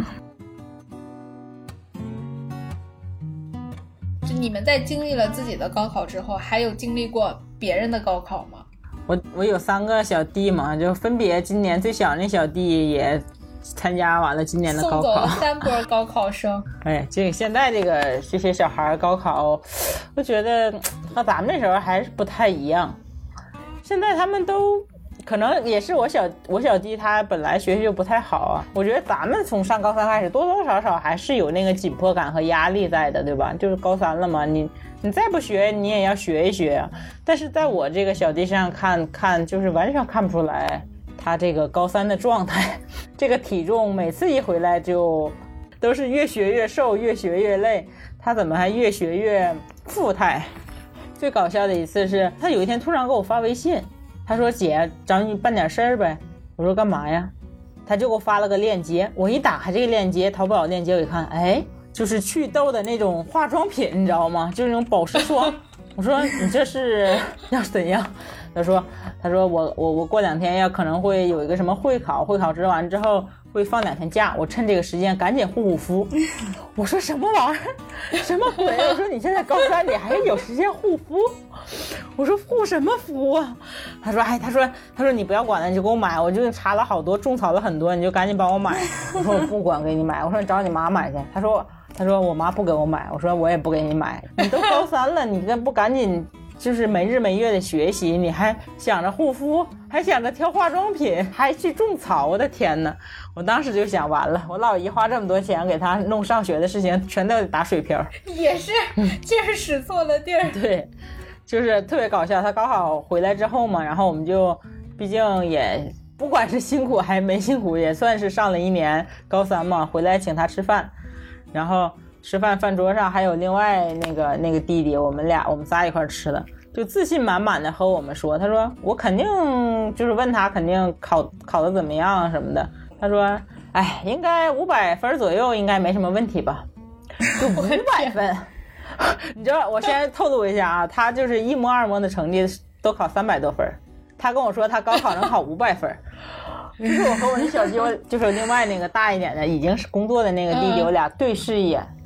[SPEAKER 1] 就你们在经历了自己的高考之后，还有经历过别人的高考吗？
[SPEAKER 2] 我有3个小弟嘛，就分别今年最小那小弟也参加完了今年的高考，
[SPEAKER 1] 送走了3波高考生。
[SPEAKER 2] 哎，这个现在这些小孩高考，我觉得和咱们那时候还是不太一样。现在他们都可能也是我小弟他本来学习就不太好啊。我觉得咱们从上高3开始，多多少少还是有那个紧迫感和压力在的，对吧？就是高3了嘛，你再不学你也要学一学啊。但是在我这个小弟身上看就是完全看不出来他这个高3的状态。这个体重每次一回来就都是越学越瘦，越学越累，他怎么还越学越富态？最搞笑的一次是他有一天突然给我发微信，他说姐找你办点事儿呗。我说干嘛呀？他就给我发了个链接，我一打开这个链接，淘宝链接，我一看，哎，就是祛痘的那种化妆品，你知道吗？就是那种保湿霜。我说你这是要怎样？他说我过2天可能会有一个什么会考之完之后会放2天假，我趁这个时间赶紧护肤。我说什么玩意儿？什么鬼？我说你现在高3你还有时间护肤？我说护什么肤啊？他说你不要管了，你就给我买，我就查了好多，种草了很多，你就赶紧帮我买。我说我不管给你买，我说你找你妈买去。他说我妈不给我买。我说我也不给你买，你都高3了，你不赶紧就是没日没夜的学习，你还想着护肤，还想着挑化妆品，还去种草，我的天哪！我当时就想，完了，我老姨花这么多钱给他弄上学的事情全都得打水漂。
[SPEAKER 1] 也是劲儿使错了地儿。
[SPEAKER 2] 对，就是特别搞笑。他高考回来之后嘛，然后我们就毕竟也不管是辛苦还没辛苦，也算是上了1年高3嘛，回来请他吃饭，然后吃饭桌上还有另外那个弟弟，我们仨一块吃的，就自信满满的和我们说，他说我肯定就是问他肯定考得怎么样什么的，他说哎应该500分左右应该没什么问题吧。就500分。你知道我先透露一下啊，他就是1模2模的成绩都考300多分，他跟我说他高考能考500分。于是我和我那小弟就是另外那个大一点的已经是工作的那个弟弟，我俩对视一眼，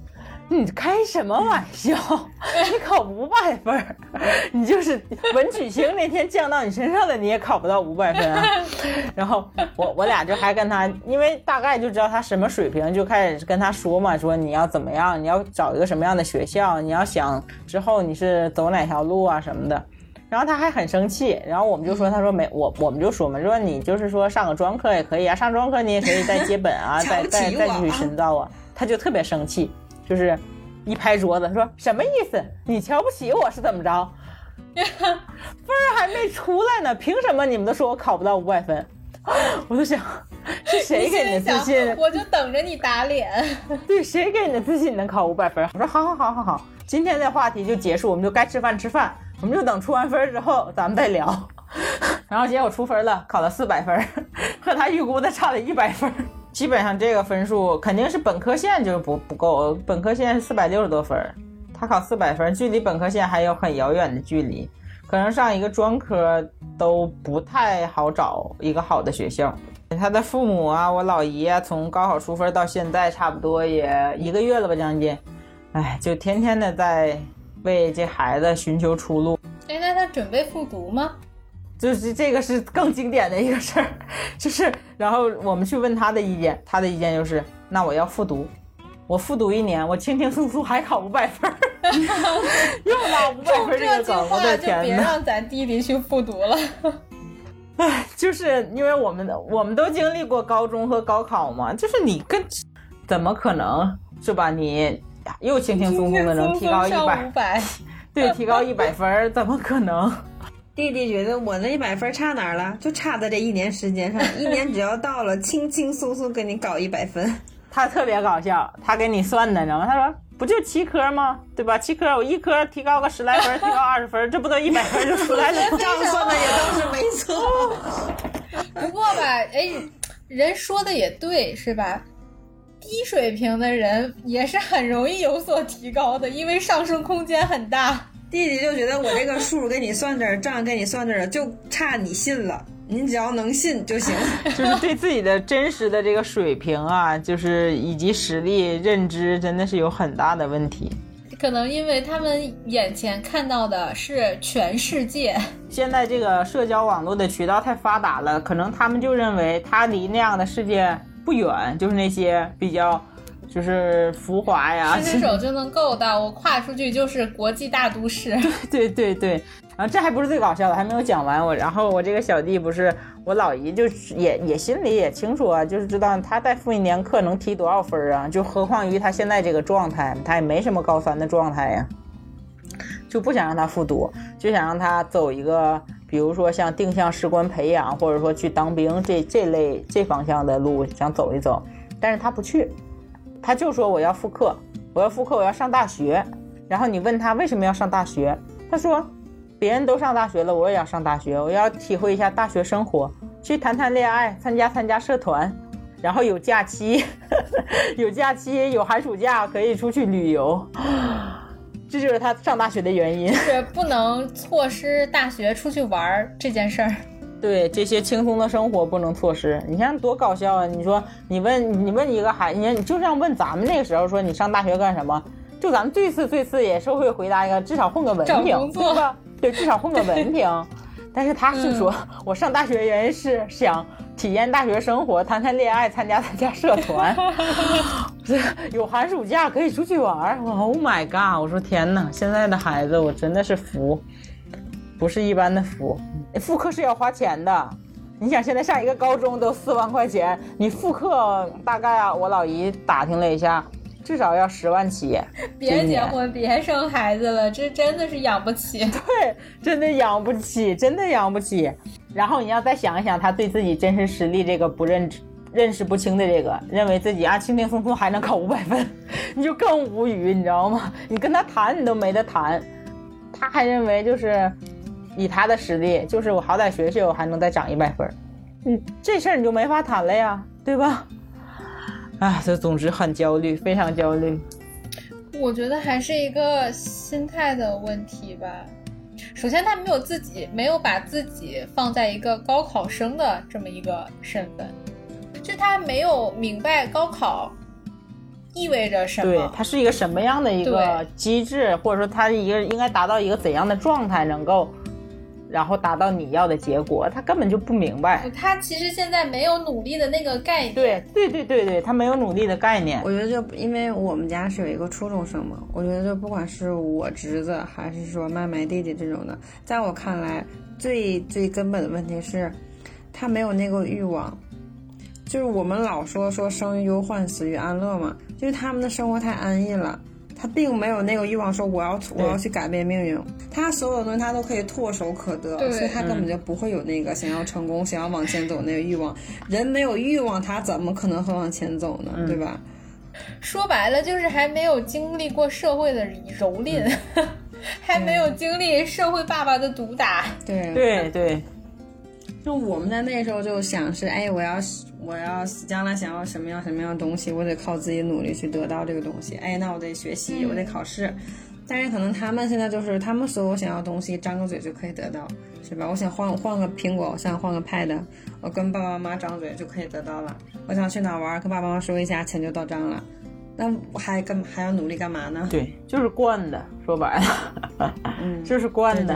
[SPEAKER 2] 你开什么玩笑？你考500分，你就是文曲星那天降到你身上的，你也考不到500分啊。然后我俩就还跟他，因为大概就知道他什么水平，就开始跟他说嘛，说你要怎么样，你要找一个什么样的学校，你要想之后你是走哪条路啊什么的。然后他还很生气，然后我们就说，他说没我们就说嘛，说你就是说上个专科也可以啊，上专科你也可以再接本啊，再继续深造啊。他就特别生气，就是一拍桌子说什么意思？你瞧不起我是怎么着？分还没出来呢，凭什么你们都说我考不到500分？我就想，是谁给你的自信？
[SPEAKER 1] 我就等着你打脸。
[SPEAKER 2] 对，谁给你的自信能考500分？我说好，今天的话题就结束，我们就该吃饭，我们就等出完分之后咱们再聊。然后结果出分了，考了400分，和他预估的差了100分。基本上这个分数肯定是本科线就是不够，本科线是460多分，他考400分，距离本科线还有很遥远的距离，可能上一个专科都不太好找一个好的学校。他的父母啊，我老姨啊，从高考出分到现在差不多也1个月了吧，将近，就天天的在为这孩子寻求出路。
[SPEAKER 1] 那他准备复读吗？
[SPEAKER 2] 就是这个是更经典的一个事儿，就是然后我们去问他的意见，他的意见就是那我要复读，我复读1年，我轻轻松松还考500分，又拿500分这个梗，我的天哪！
[SPEAKER 1] 就别让咱弟弟去复读了。
[SPEAKER 2] 就是因为我们都经历过高中和高考嘛，就是你怎么可能是吧？你又轻轻松松的能提高100，对，提高100分，怎么可能？
[SPEAKER 3] 弟弟觉得我那100分差哪儿了？就差在这1年时间上，1年只要到了，轻轻松松给你搞100分。
[SPEAKER 2] 他特别搞笑，他给你算的，你知道吗？他说不就7科吗？对吧？7科我1科提高个10来分，提高20分，这不都100分就出来了？
[SPEAKER 3] 这样算的也倒是没错。
[SPEAKER 1] 不过吧，人说的也对，是吧？低水平的人也是很容易有所提高的，因为上升空间很大。
[SPEAKER 3] 弟弟就觉得我这个数给你算这儿，账给你算这儿，就差你信了，你只要能信就行。
[SPEAKER 2] 就是对自己的真实的这个水平啊，就是以及实力认知真的是有很大的问题。
[SPEAKER 1] 可能因为他们眼前看到的是全世界，
[SPEAKER 2] 现在这个社交网络的渠道太发达了，可能他们就认为他离那样的世界不远，就是那些比较就是浮华呀，
[SPEAKER 1] 伸手就能够到，我跨出去就是国际大都市。
[SPEAKER 2] 对，然后这还不是最搞笑的，还没有讲完。然后我这个小弟不是我老姨，就也心里也清楚啊，就是知道他再复1年课能提多少分啊，就何况于他现在这个状态，他也没什么高3的状态呀，就不想让他复读，就想让他走一个比如说像定向士官培养，或者说去当兵这方向的路想走一走，但是他不去。他就说我要复课，我要上大学。然后你问他为什么要上大学，他说别人都上大学了，我也要上大学，我要体会一下大学生活，去谈恋爱，参加社团，然后有假期有寒暑假可以出去旅游。这就是他上大学的原因，
[SPEAKER 1] 是不能错失大学出去玩这件事儿。
[SPEAKER 2] 对，这些轻松的生活不能错失。你看多搞笑啊！你说你问一个孩子，你就这样问咱们那个时候说你上大学干什么，就咱们最次也是会回答一个至少混个文凭，对吧？对，至少混个文凭。但是他是说我上大学原因是想体验大学生活，谈恋爱，参加社团，有寒暑假可以出去玩。Oh my god！ 我说天哪，现在的孩子我真的是服，不是一般的服。复课是要花钱的，你想现在上一个高中都4万块钱，你复课大概啊，我老姨打听了一下，至少要10万起。
[SPEAKER 1] 别结婚，别生孩子了，这真的是养不起。
[SPEAKER 2] 对，真的养不起。然后你要再想一想，他对自己真实实力这个认识不清的这个，认为自己轻轻松松还能考500分，你就更无语，你知道吗？你跟他谈你都没得谈，他还认为就是以他的实力，就是我好歹学学我还能再涨100分，这事儿你就没法谈了呀，对吧？这总之很焦虑，非常焦虑。
[SPEAKER 1] 我觉得还是一个心态的问题吧。首先他没有把自己放在一个高考生的这么一个身份，就他没有明白高考意味着什么？
[SPEAKER 2] 对，它是一个什么样的一个机制，或者说它应该达到一个怎样的状态，能够然后达到你要的结果，他根本就不明白。
[SPEAKER 1] 他其实现在没有努力的那个概念。
[SPEAKER 2] 对，他没有努力的概念。
[SPEAKER 3] 我觉得就因为我们家是有一个初中生嘛，我觉得就不管是我侄子还是说妹妹弟弟这种的，在我看来最根本的问题是他没有那个欲望。就是我们老说生于忧患死于安乐嘛，就是他们的生活太安逸了，他并没有那个欲望说我要去改变命运，他所有的东西他都可以唾手可得，所以他根本就不会有那个想要成功想要往前走那个欲望。人没有欲望他怎么可能会往前走呢，对吧？
[SPEAKER 1] 说白了就是还没有经历过社会的蹂躏还没有经历社会爸爸的毒打。
[SPEAKER 2] 对，
[SPEAKER 3] 就我们在那时候就想是我要将来想要什么样的东西，我得靠自己努力去得到这个东西。那我得学习，我得考试。但是可能他们现在就是他们所有想要的东西张个嘴就可以得到，是吧？我想换个苹果，我想换个 pad， 我跟爸爸妈妈张嘴就可以得到了。我想去哪玩，跟爸爸妈妈说一下，钱就到账了。那我还要努力干嘛呢？
[SPEAKER 2] 对，就是惯的，说白了，就是惯的。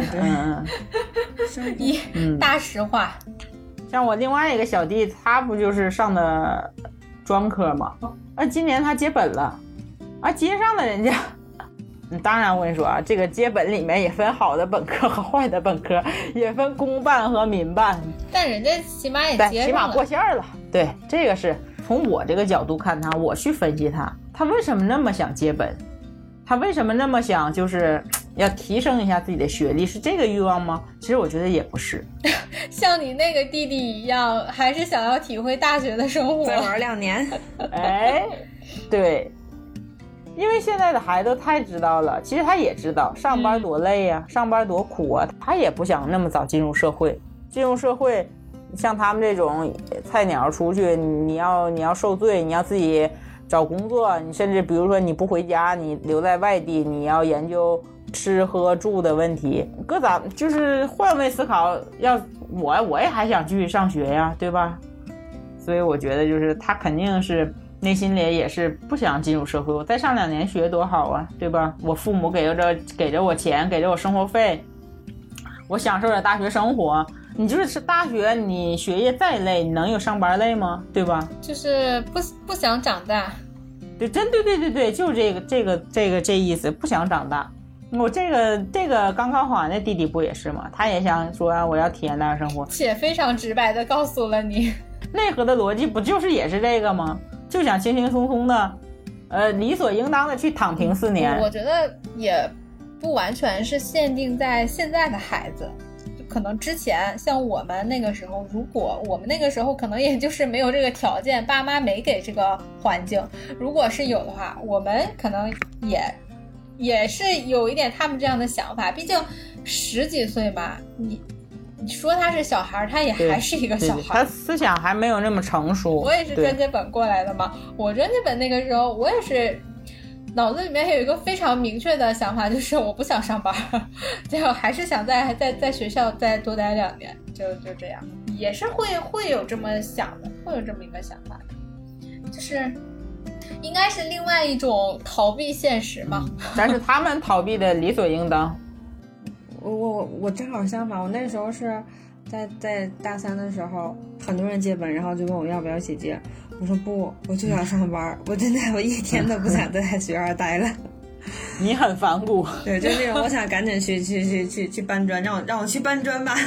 [SPEAKER 1] 大实话。
[SPEAKER 2] 像我另外一个小弟，他不就是上的专科吗？今年他接本了，接上了人家。当然我跟你说这个接本里面也分好的本科和坏的本科，也分公办和民办。
[SPEAKER 1] 但人家起码也接上了，
[SPEAKER 2] 起码过线了。对，这个是从我这个角度看他，我去分析他为什么那么想接本，他为什么那么想就是要提升一下自己的学历，是这个欲望吗？其实我觉得也不是。
[SPEAKER 1] 像你那个弟弟一样，还是想要体会大学的生活，
[SPEAKER 3] 再玩2年。
[SPEAKER 2] 对，因为现在的孩子都太知道了，其实他也知道上班多累啊，上班多苦啊，他也不想那么早进入社会。像他们这种菜鸟出去，你要受罪，你要自己找工作，你甚至比如说你不回家，你留在外地，你要研究吃喝住的问题，就是换位思考，我也还想继续上学呀，对吧？所以我觉得就是他肯定是内心里也是不想进入社会，我再上2年学多好啊，对吧？我父母给着我钱，给着我生活费，我享受着大学生活。你就是大学，你学业再累，你能有上班累吗？对吧？
[SPEAKER 1] 就是不想长大。
[SPEAKER 2] 对，就是这意思，不想长大。我这个刚考完的弟弟不也是吗？他也想说我要体验大学生活，
[SPEAKER 1] 且非常直白的告诉了你，
[SPEAKER 2] 内核的逻辑不就是也是这个吗？就想轻轻松松的，理所应当的去躺平4年。
[SPEAKER 1] 我觉得也不完全是限定在现在的孩子。可能之前像我们那个时候，如果我们那个时候可能也就是没有这个条件，爸妈没给这个环境，如果是有的话，我们可能也是有一点他们这样的想法。毕竟10几岁嘛，你说他是小孩，他也还是一个小孩，
[SPEAKER 2] 对，他思想还没有那么成熟。
[SPEAKER 1] 我也是专接本过来的嘛，我专接本那个时候我也是脑子里面有一个非常明确的想法，就是我不想上班，就还是想在学校再多待2年，就这样，也是会有这么想的，会有这么一个想法的，就是应该是另外一种逃避现实嘛。
[SPEAKER 2] 但是他们逃避的理所应当。
[SPEAKER 3] 我正好相反，我那时候是在大3的时候，很多人接本，然后就问我要不要一起接。我说不，我就想上班，我真的我一天都不想在学校待了。
[SPEAKER 2] 你很反骨。
[SPEAKER 3] 对，就那种我想赶紧去搬砖，让我去搬砖吧。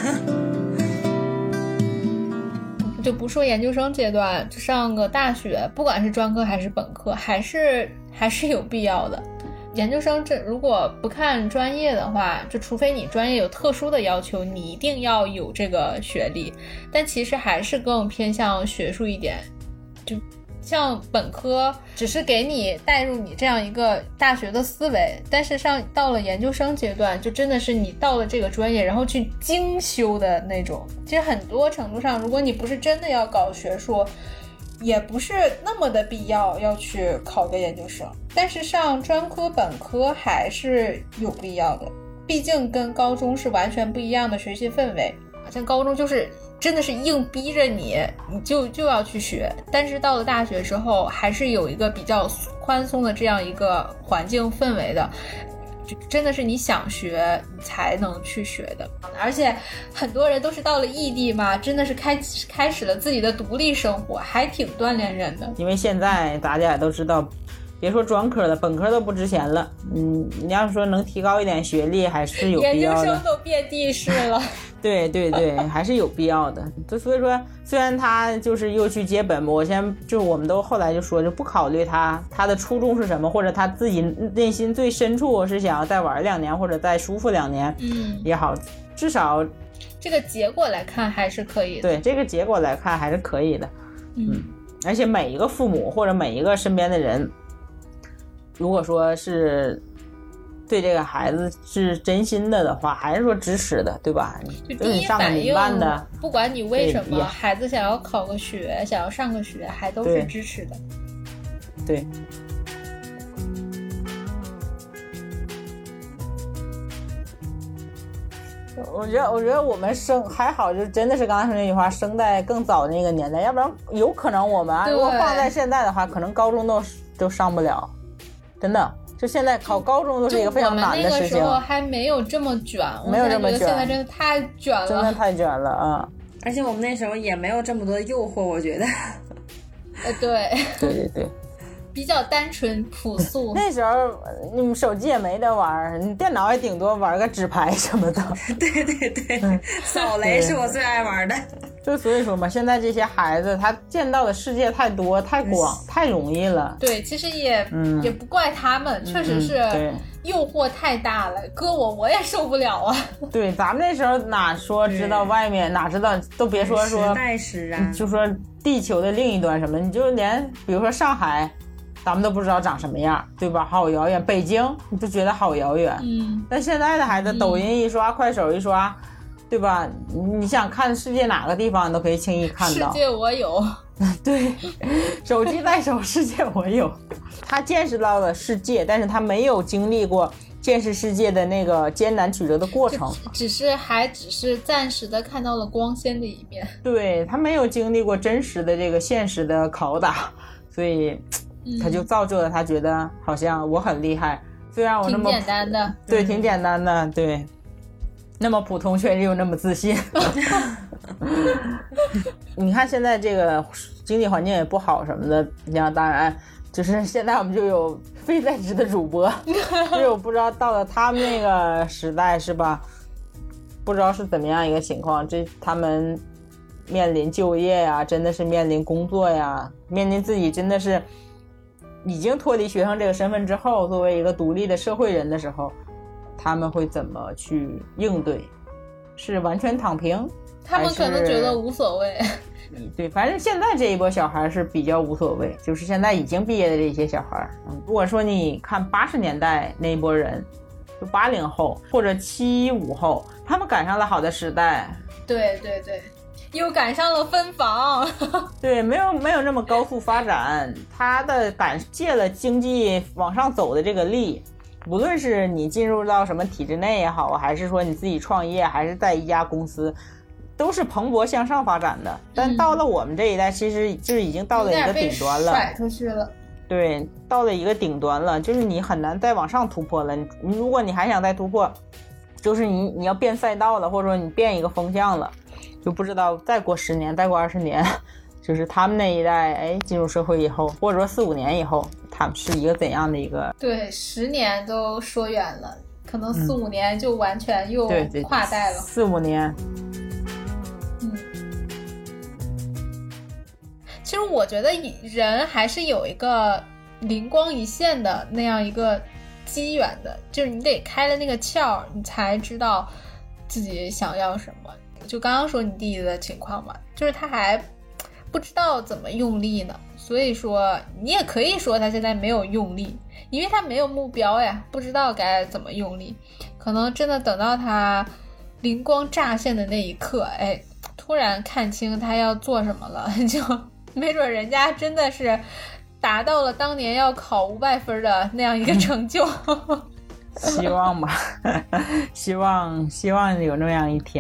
[SPEAKER 1] 就不说研究生阶段，就上个大学，不管是专科还是本科，还是有必要的。研究生如果不看专业的话，就除非你专业有特殊的要求，你一定要有这个学历，但其实还是更偏向学术一点。就像本科只是给你带入你这样一个大学的思维，但是到了研究生阶段，就真的是你到了这个专业然后去精修的那种。其实很多程度上，如果你不是真的要搞学术，也不是那么的必要去考个研究生，但是上专科本科还是有必要的，毕竟跟高中是完全不一样的学习氛围。像高中就是真的是硬逼着你就要去学。但是到了大学之后，还是有一个比较宽松的这样一个环境氛围的，就真的是你想学才能去学的。而且很多人都是到了异地嘛，真的是开始了自己的独立生活，还挺锻炼人的。
[SPEAKER 2] 因为现在大家也都知道，别说专科了，本科都不值钱了。你要是说能提高一点学历，还是有必要的。
[SPEAKER 1] 研究生都遍地是了。
[SPEAKER 2] 对对对，还是有必要的。就所以说，虽然他就是又去接本，我们都后来就说，就不考虑他的初衷是什么，或者他自己内心最深处是想要再玩2年，或者再舒服2年，也好，至少
[SPEAKER 1] 这个结果来看还是可以的。
[SPEAKER 2] 对，这个结果来看还是可以的。而且每一个父母或者每一个身边的人，如果说是对这个孩子是真心的话，还是说支持的，对吧？
[SPEAKER 1] 就第一反应，不管你为什么，孩子想要考个学，想要上个学，还都是支持的。
[SPEAKER 2] 对。我觉得我们还好，就真的是刚才说那句话，生在更早那个年代，要不然有可能我们如果放在现在的话，可能高中都上不了，真的。就现在考高中都是一个非常难的事情。我们那个时候
[SPEAKER 1] 还没有这么卷，
[SPEAKER 2] 没有这么卷，
[SPEAKER 1] 现在真的太卷了，
[SPEAKER 2] 真的太卷了啊！
[SPEAKER 3] 而且我们那时候也没有这么多的诱惑，我觉得。
[SPEAKER 1] 对
[SPEAKER 2] 对对对，
[SPEAKER 1] 比较单纯朴素。
[SPEAKER 2] 那时候你们手机也没得玩，你电脑也顶多玩个纸牌什么的。
[SPEAKER 3] 对对对，扫雷是我最爱玩的。
[SPEAKER 2] 就所以说嘛，现在这些孩子他见到的世界太多太广太容易了。
[SPEAKER 1] 对，其实也不怪他们，确实是诱惑太大了，搁我也受不了啊。对，
[SPEAKER 2] 咱们那时候哪说知道外面，哪知道，都别说
[SPEAKER 3] 时代史啊，
[SPEAKER 2] 就说地球的另一端什么，你就连比如说上海咱们都不知道长什么样，对吧？好遥远。北京你就觉得好遥远。但现在的孩子抖音一刷，快手一刷，对吧？你想看世界哪个地方，你都可以轻易看到。
[SPEAKER 1] 世界我有。
[SPEAKER 2] 对，手机在手，世界我有。他见识到了世界，但是他没有经历过见识世界的那个艰难曲折的过程，
[SPEAKER 1] 只是暂时的看到了光鲜的一面。
[SPEAKER 2] 对，他没有经历过真实的这个现实的拷打，所以他就造就了他觉得好像我很厉害，虽然我那么
[SPEAKER 1] 挺简单的。
[SPEAKER 2] 对，挺简单的，对，那么普通却又那么自信。你看现在这个经济环境也不好什么的，你像当然就是现在我们就有非在职的主播，就是我不知道到了他们那个时代是吧，不知道是怎么样一个情况，他们面临就业呀，真的是面临工作呀，面临自己真的是已经脱离学生这个身份之后，作为一个独立的社会人的时候，他们会怎么去应对？是完全躺平？
[SPEAKER 1] 他们可能觉得无所谓。
[SPEAKER 2] 对，反正现在这一波小孩是比较无所谓，就是现在已经毕业的这些小孩。如果说你看80年代那一波人，就80后或者75后，他们赶上了好的时代。
[SPEAKER 1] 对对对，又赶上了分房。
[SPEAKER 2] 对，没有那么高速发展，他的借了经济往上走的这个力，无论是你进入到什么体制内也好，还是说你自己创业，还是在一家公司，都是蓬勃向上发展的。但到了我们这一代，其实就是已经到了一个顶端了，
[SPEAKER 1] 甩出去了。
[SPEAKER 2] 对，到了一个顶端了，就是你很难再往上突破了。如果你还想再突破，就是你要变赛道了，或者说你变一个风向了，就不知道再过10年，再过20年，就是他们那一代进入社会以后，或者说4-5年以后，他们是一个怎样的一个？
[SPEAKER 1] 对，10年都说远了，可能4-5年就完全又跨代了。
[SPEAKER 2] 4-5年。
[SPEAKER 1] 其实我觉得人还是有一个灵光一现的那样一个机缘的，就是你得开了那个窍，你才知道自己想要什么。就刚刚说你弟弟的情况嘛，就是他还不知道怎么用力呢，所以说你也可以说他现在没有用力，因为他没有目标呀，不知道该怎么用力。可能真的等到他灵光乍现的那一刻，突然看清他要做什么了，就没准人家真的是达到了当年要考500分的那样一个成就。
[SPEAKER 2] 希望吧，希望有那样一天。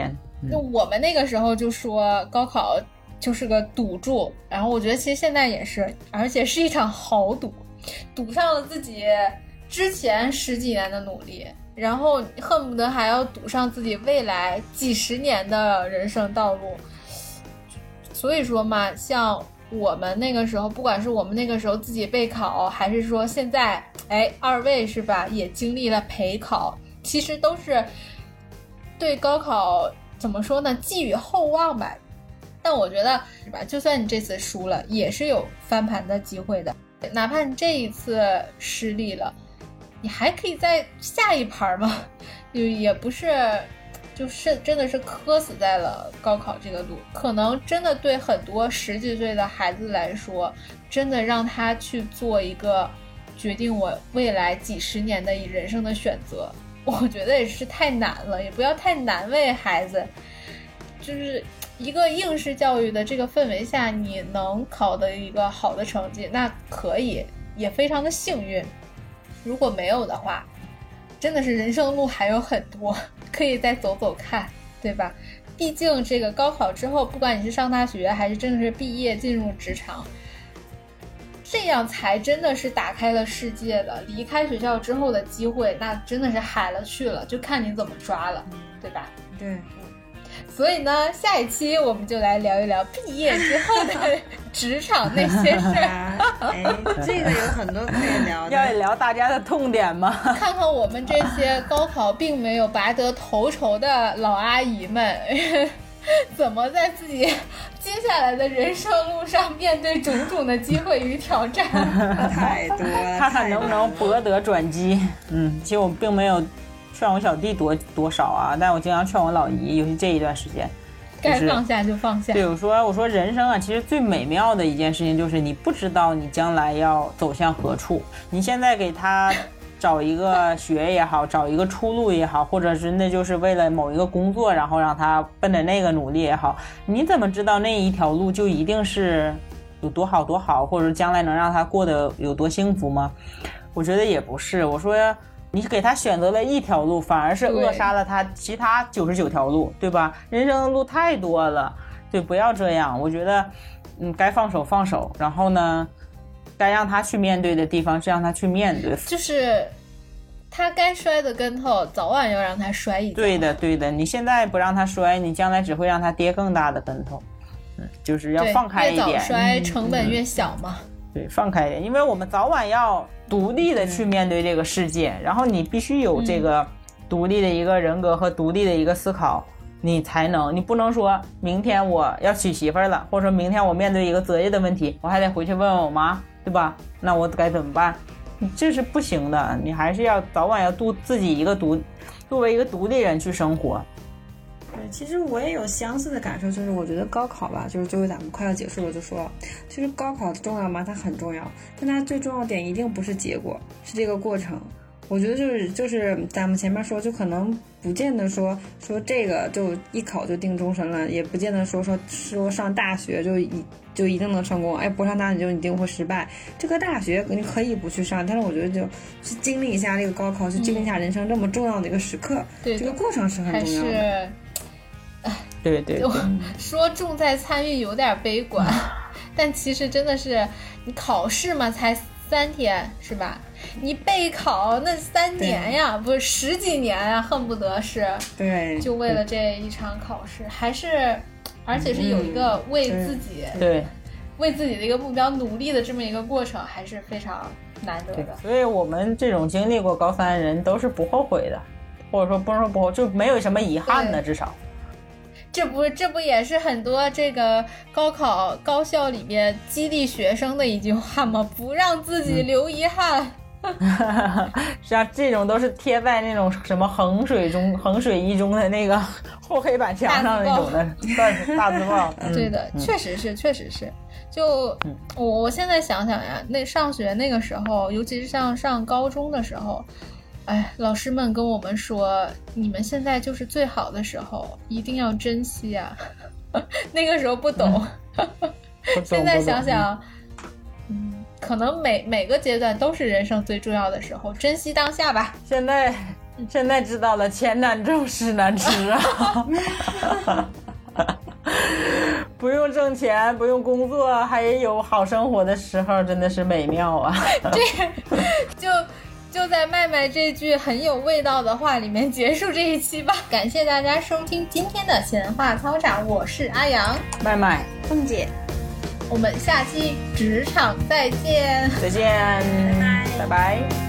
[SPEAKER 1] 就我们那个时候就说高考就是个赌注，然后我觉得其实现在也是，而且是一场豪赌，赌上了自己之前10几年的努力，然后恨不得还要赌上自己未来几十年的人生道路。所以说嘛，像我们那个时候，不管是我们那个时候自己备考，还是说现在二位是吧也经历了陪考，其实都是对高考怎么说呢，寄予厚望吧。但我觉得是吧，就算你这次输了也是有翻盘的机会的，哪怕你这一次失利了，你还可以再下一盘嘛，也不是就是真的是磕死在了高考这个路。可能真的对很多10几岁的孩子来说，真的让他去做一个决定我未来几十年的人生的选择，我觉得也是太难了，也不要太难为孩子。就是一个应试教育的这个氛围下，你能考得一个好的成绩，那可以，也非常的幸运。如果没有的话，真的是人生路还有很多，可以再走走看，对吧？毕竟这个高考之后，不管你是上大学还是真的是毕业进入职场，这样才真的是打开了世界的。离开学校之后的机会，那真的是海了去了，就看你怎么抓了，对吧？
[SPEAKER 3] 对。
[SPEAKER 1] 所以呢，下一期我们就来聊一聊毕业之后的职场那些事儿。
[SPEAKER 3] 这个有很多可以聊的。
[SPEAKER 2] 要聊大家的痛点吗？
[SPEAKER 1] 看看我们这些高考并没有拔得头筹的老阿姨们，怎么在自己接下来的人生路上面对种种的机会与挑战。
[SPEAKER 3] 太多了，
[SPEAKER 2] 看看能不能博得转机。其实我并没有劝我小弟多少啊，但我经常劝我老姨，尤其这一段时间，
[SPEAKER 1] 该放下就放下。
[SPEAKER 2] 对，我说人生啊，其实最美妙的一件事情就是你不知道你将来要走向何处，你现在给他找一个学也好，找一个出路也好，或者是那就是为了某一个工作，然后让他奔着那个努力也好，你怎么知道那一条路就一定是有多好多好，或者将来能让他过得有多幸福吗？我觉得也不是。我说你给他选择了一条路，反而是扼杀了他其他99条路，对吧？人生的路太多了，对，不要这样。我觉得该放手放手，然后呢该让他去面对的地方是让他去面对，
[SPEAKER 1] 就是他该摔的跟头早晚要让他摔一跤。
[SPEAKER 2] 对的，你现在不让他摔，你将来只会让他跌更大的跟头。就是要放开一点，
[SPEAKER 1] 越早摔成本越小嘛。
[SPEAKER 2] 对，放开一点，因为我们早晚要独立的去面对这个世界，然后你必须有这个独立的一个人格和独立的一个思考，你才能，你不能说明天我要娶媳妇了，或者说明天我面对一个择业的问题，我还得回去问问我妈，对吧？那我该怎么办？这是不行的，你还是要早晚要自己作为一个独立人去生活。
[SPEAKER 3] 对，其实我也有相似的感受，就是我觉得高考吧，就是最后咱们快要结束了，就说其实高考重要吗？它很重要，但它最重要的点一定不是结果，是这个过程。我觉得就是咱们前面说，就可能不见得说这个就一考就定终身了，也不见得说上大学就一定能成功，不上大学就一定会失败。这个大学你可以不去上，但是我觉得就去经历一下这个高考，去经历一下人生这么重要的一个时刻，这个过程是很重要的。
[SPEAKER 2] 对，
[SPEAKER 1] 说重在参与有点悲观，但其实真的是你考试嘛，才3天是吧？你备考那3年呀，不是10几年呀，恨不得是
[SPEAKER 3] 对，
[SPEAKER 1] 就为了这一场考试，而且是有一个为自己为自己的一个目标努力的这么一个过程，还是非常难得的。
[SPEAKER 2] 所以我们这种经历过高三的人都是不后悔的，或者说不能说不后悔，就没有什么遗憾的，至少。
[SPEAKER 1] 这不也是很多这个高校里面激励学生的一句话吗？不让自己留遗憾。
[SPEAKER 2] 像这种都是贴在那种什么衡水一中的那个厚黑板墙上那种的大字报。
[SPEAKER 1] 对的，确实是。就我现在想想呀，那上学那个时候，尤其是像上高中的时候，老师们跟我们说，你们现在就是最好的时候，一定要珍惜啊。那个时候不懂，现在想想，可能每个阶段都是人生最重要的时候，珍惜当下吧。
[SPEAKER 2] 现在现在知道了，钱难挣，事难吃啊。不用挣钱，不用工作，还有好生活的时候，真的是美妙啊。
[SPEAKER 1] 就在麦麦这句很有味道的话里面结束这一期吧。感谢大家收听今天的闲话操场，我是阿阳，
[SPEAKER 2] 麦麦，
[SPEAKER 3] 凤姐，
[SPEAKER 1] 我们下期职场再见，
[SPEAKER 2] 再见，拜拜。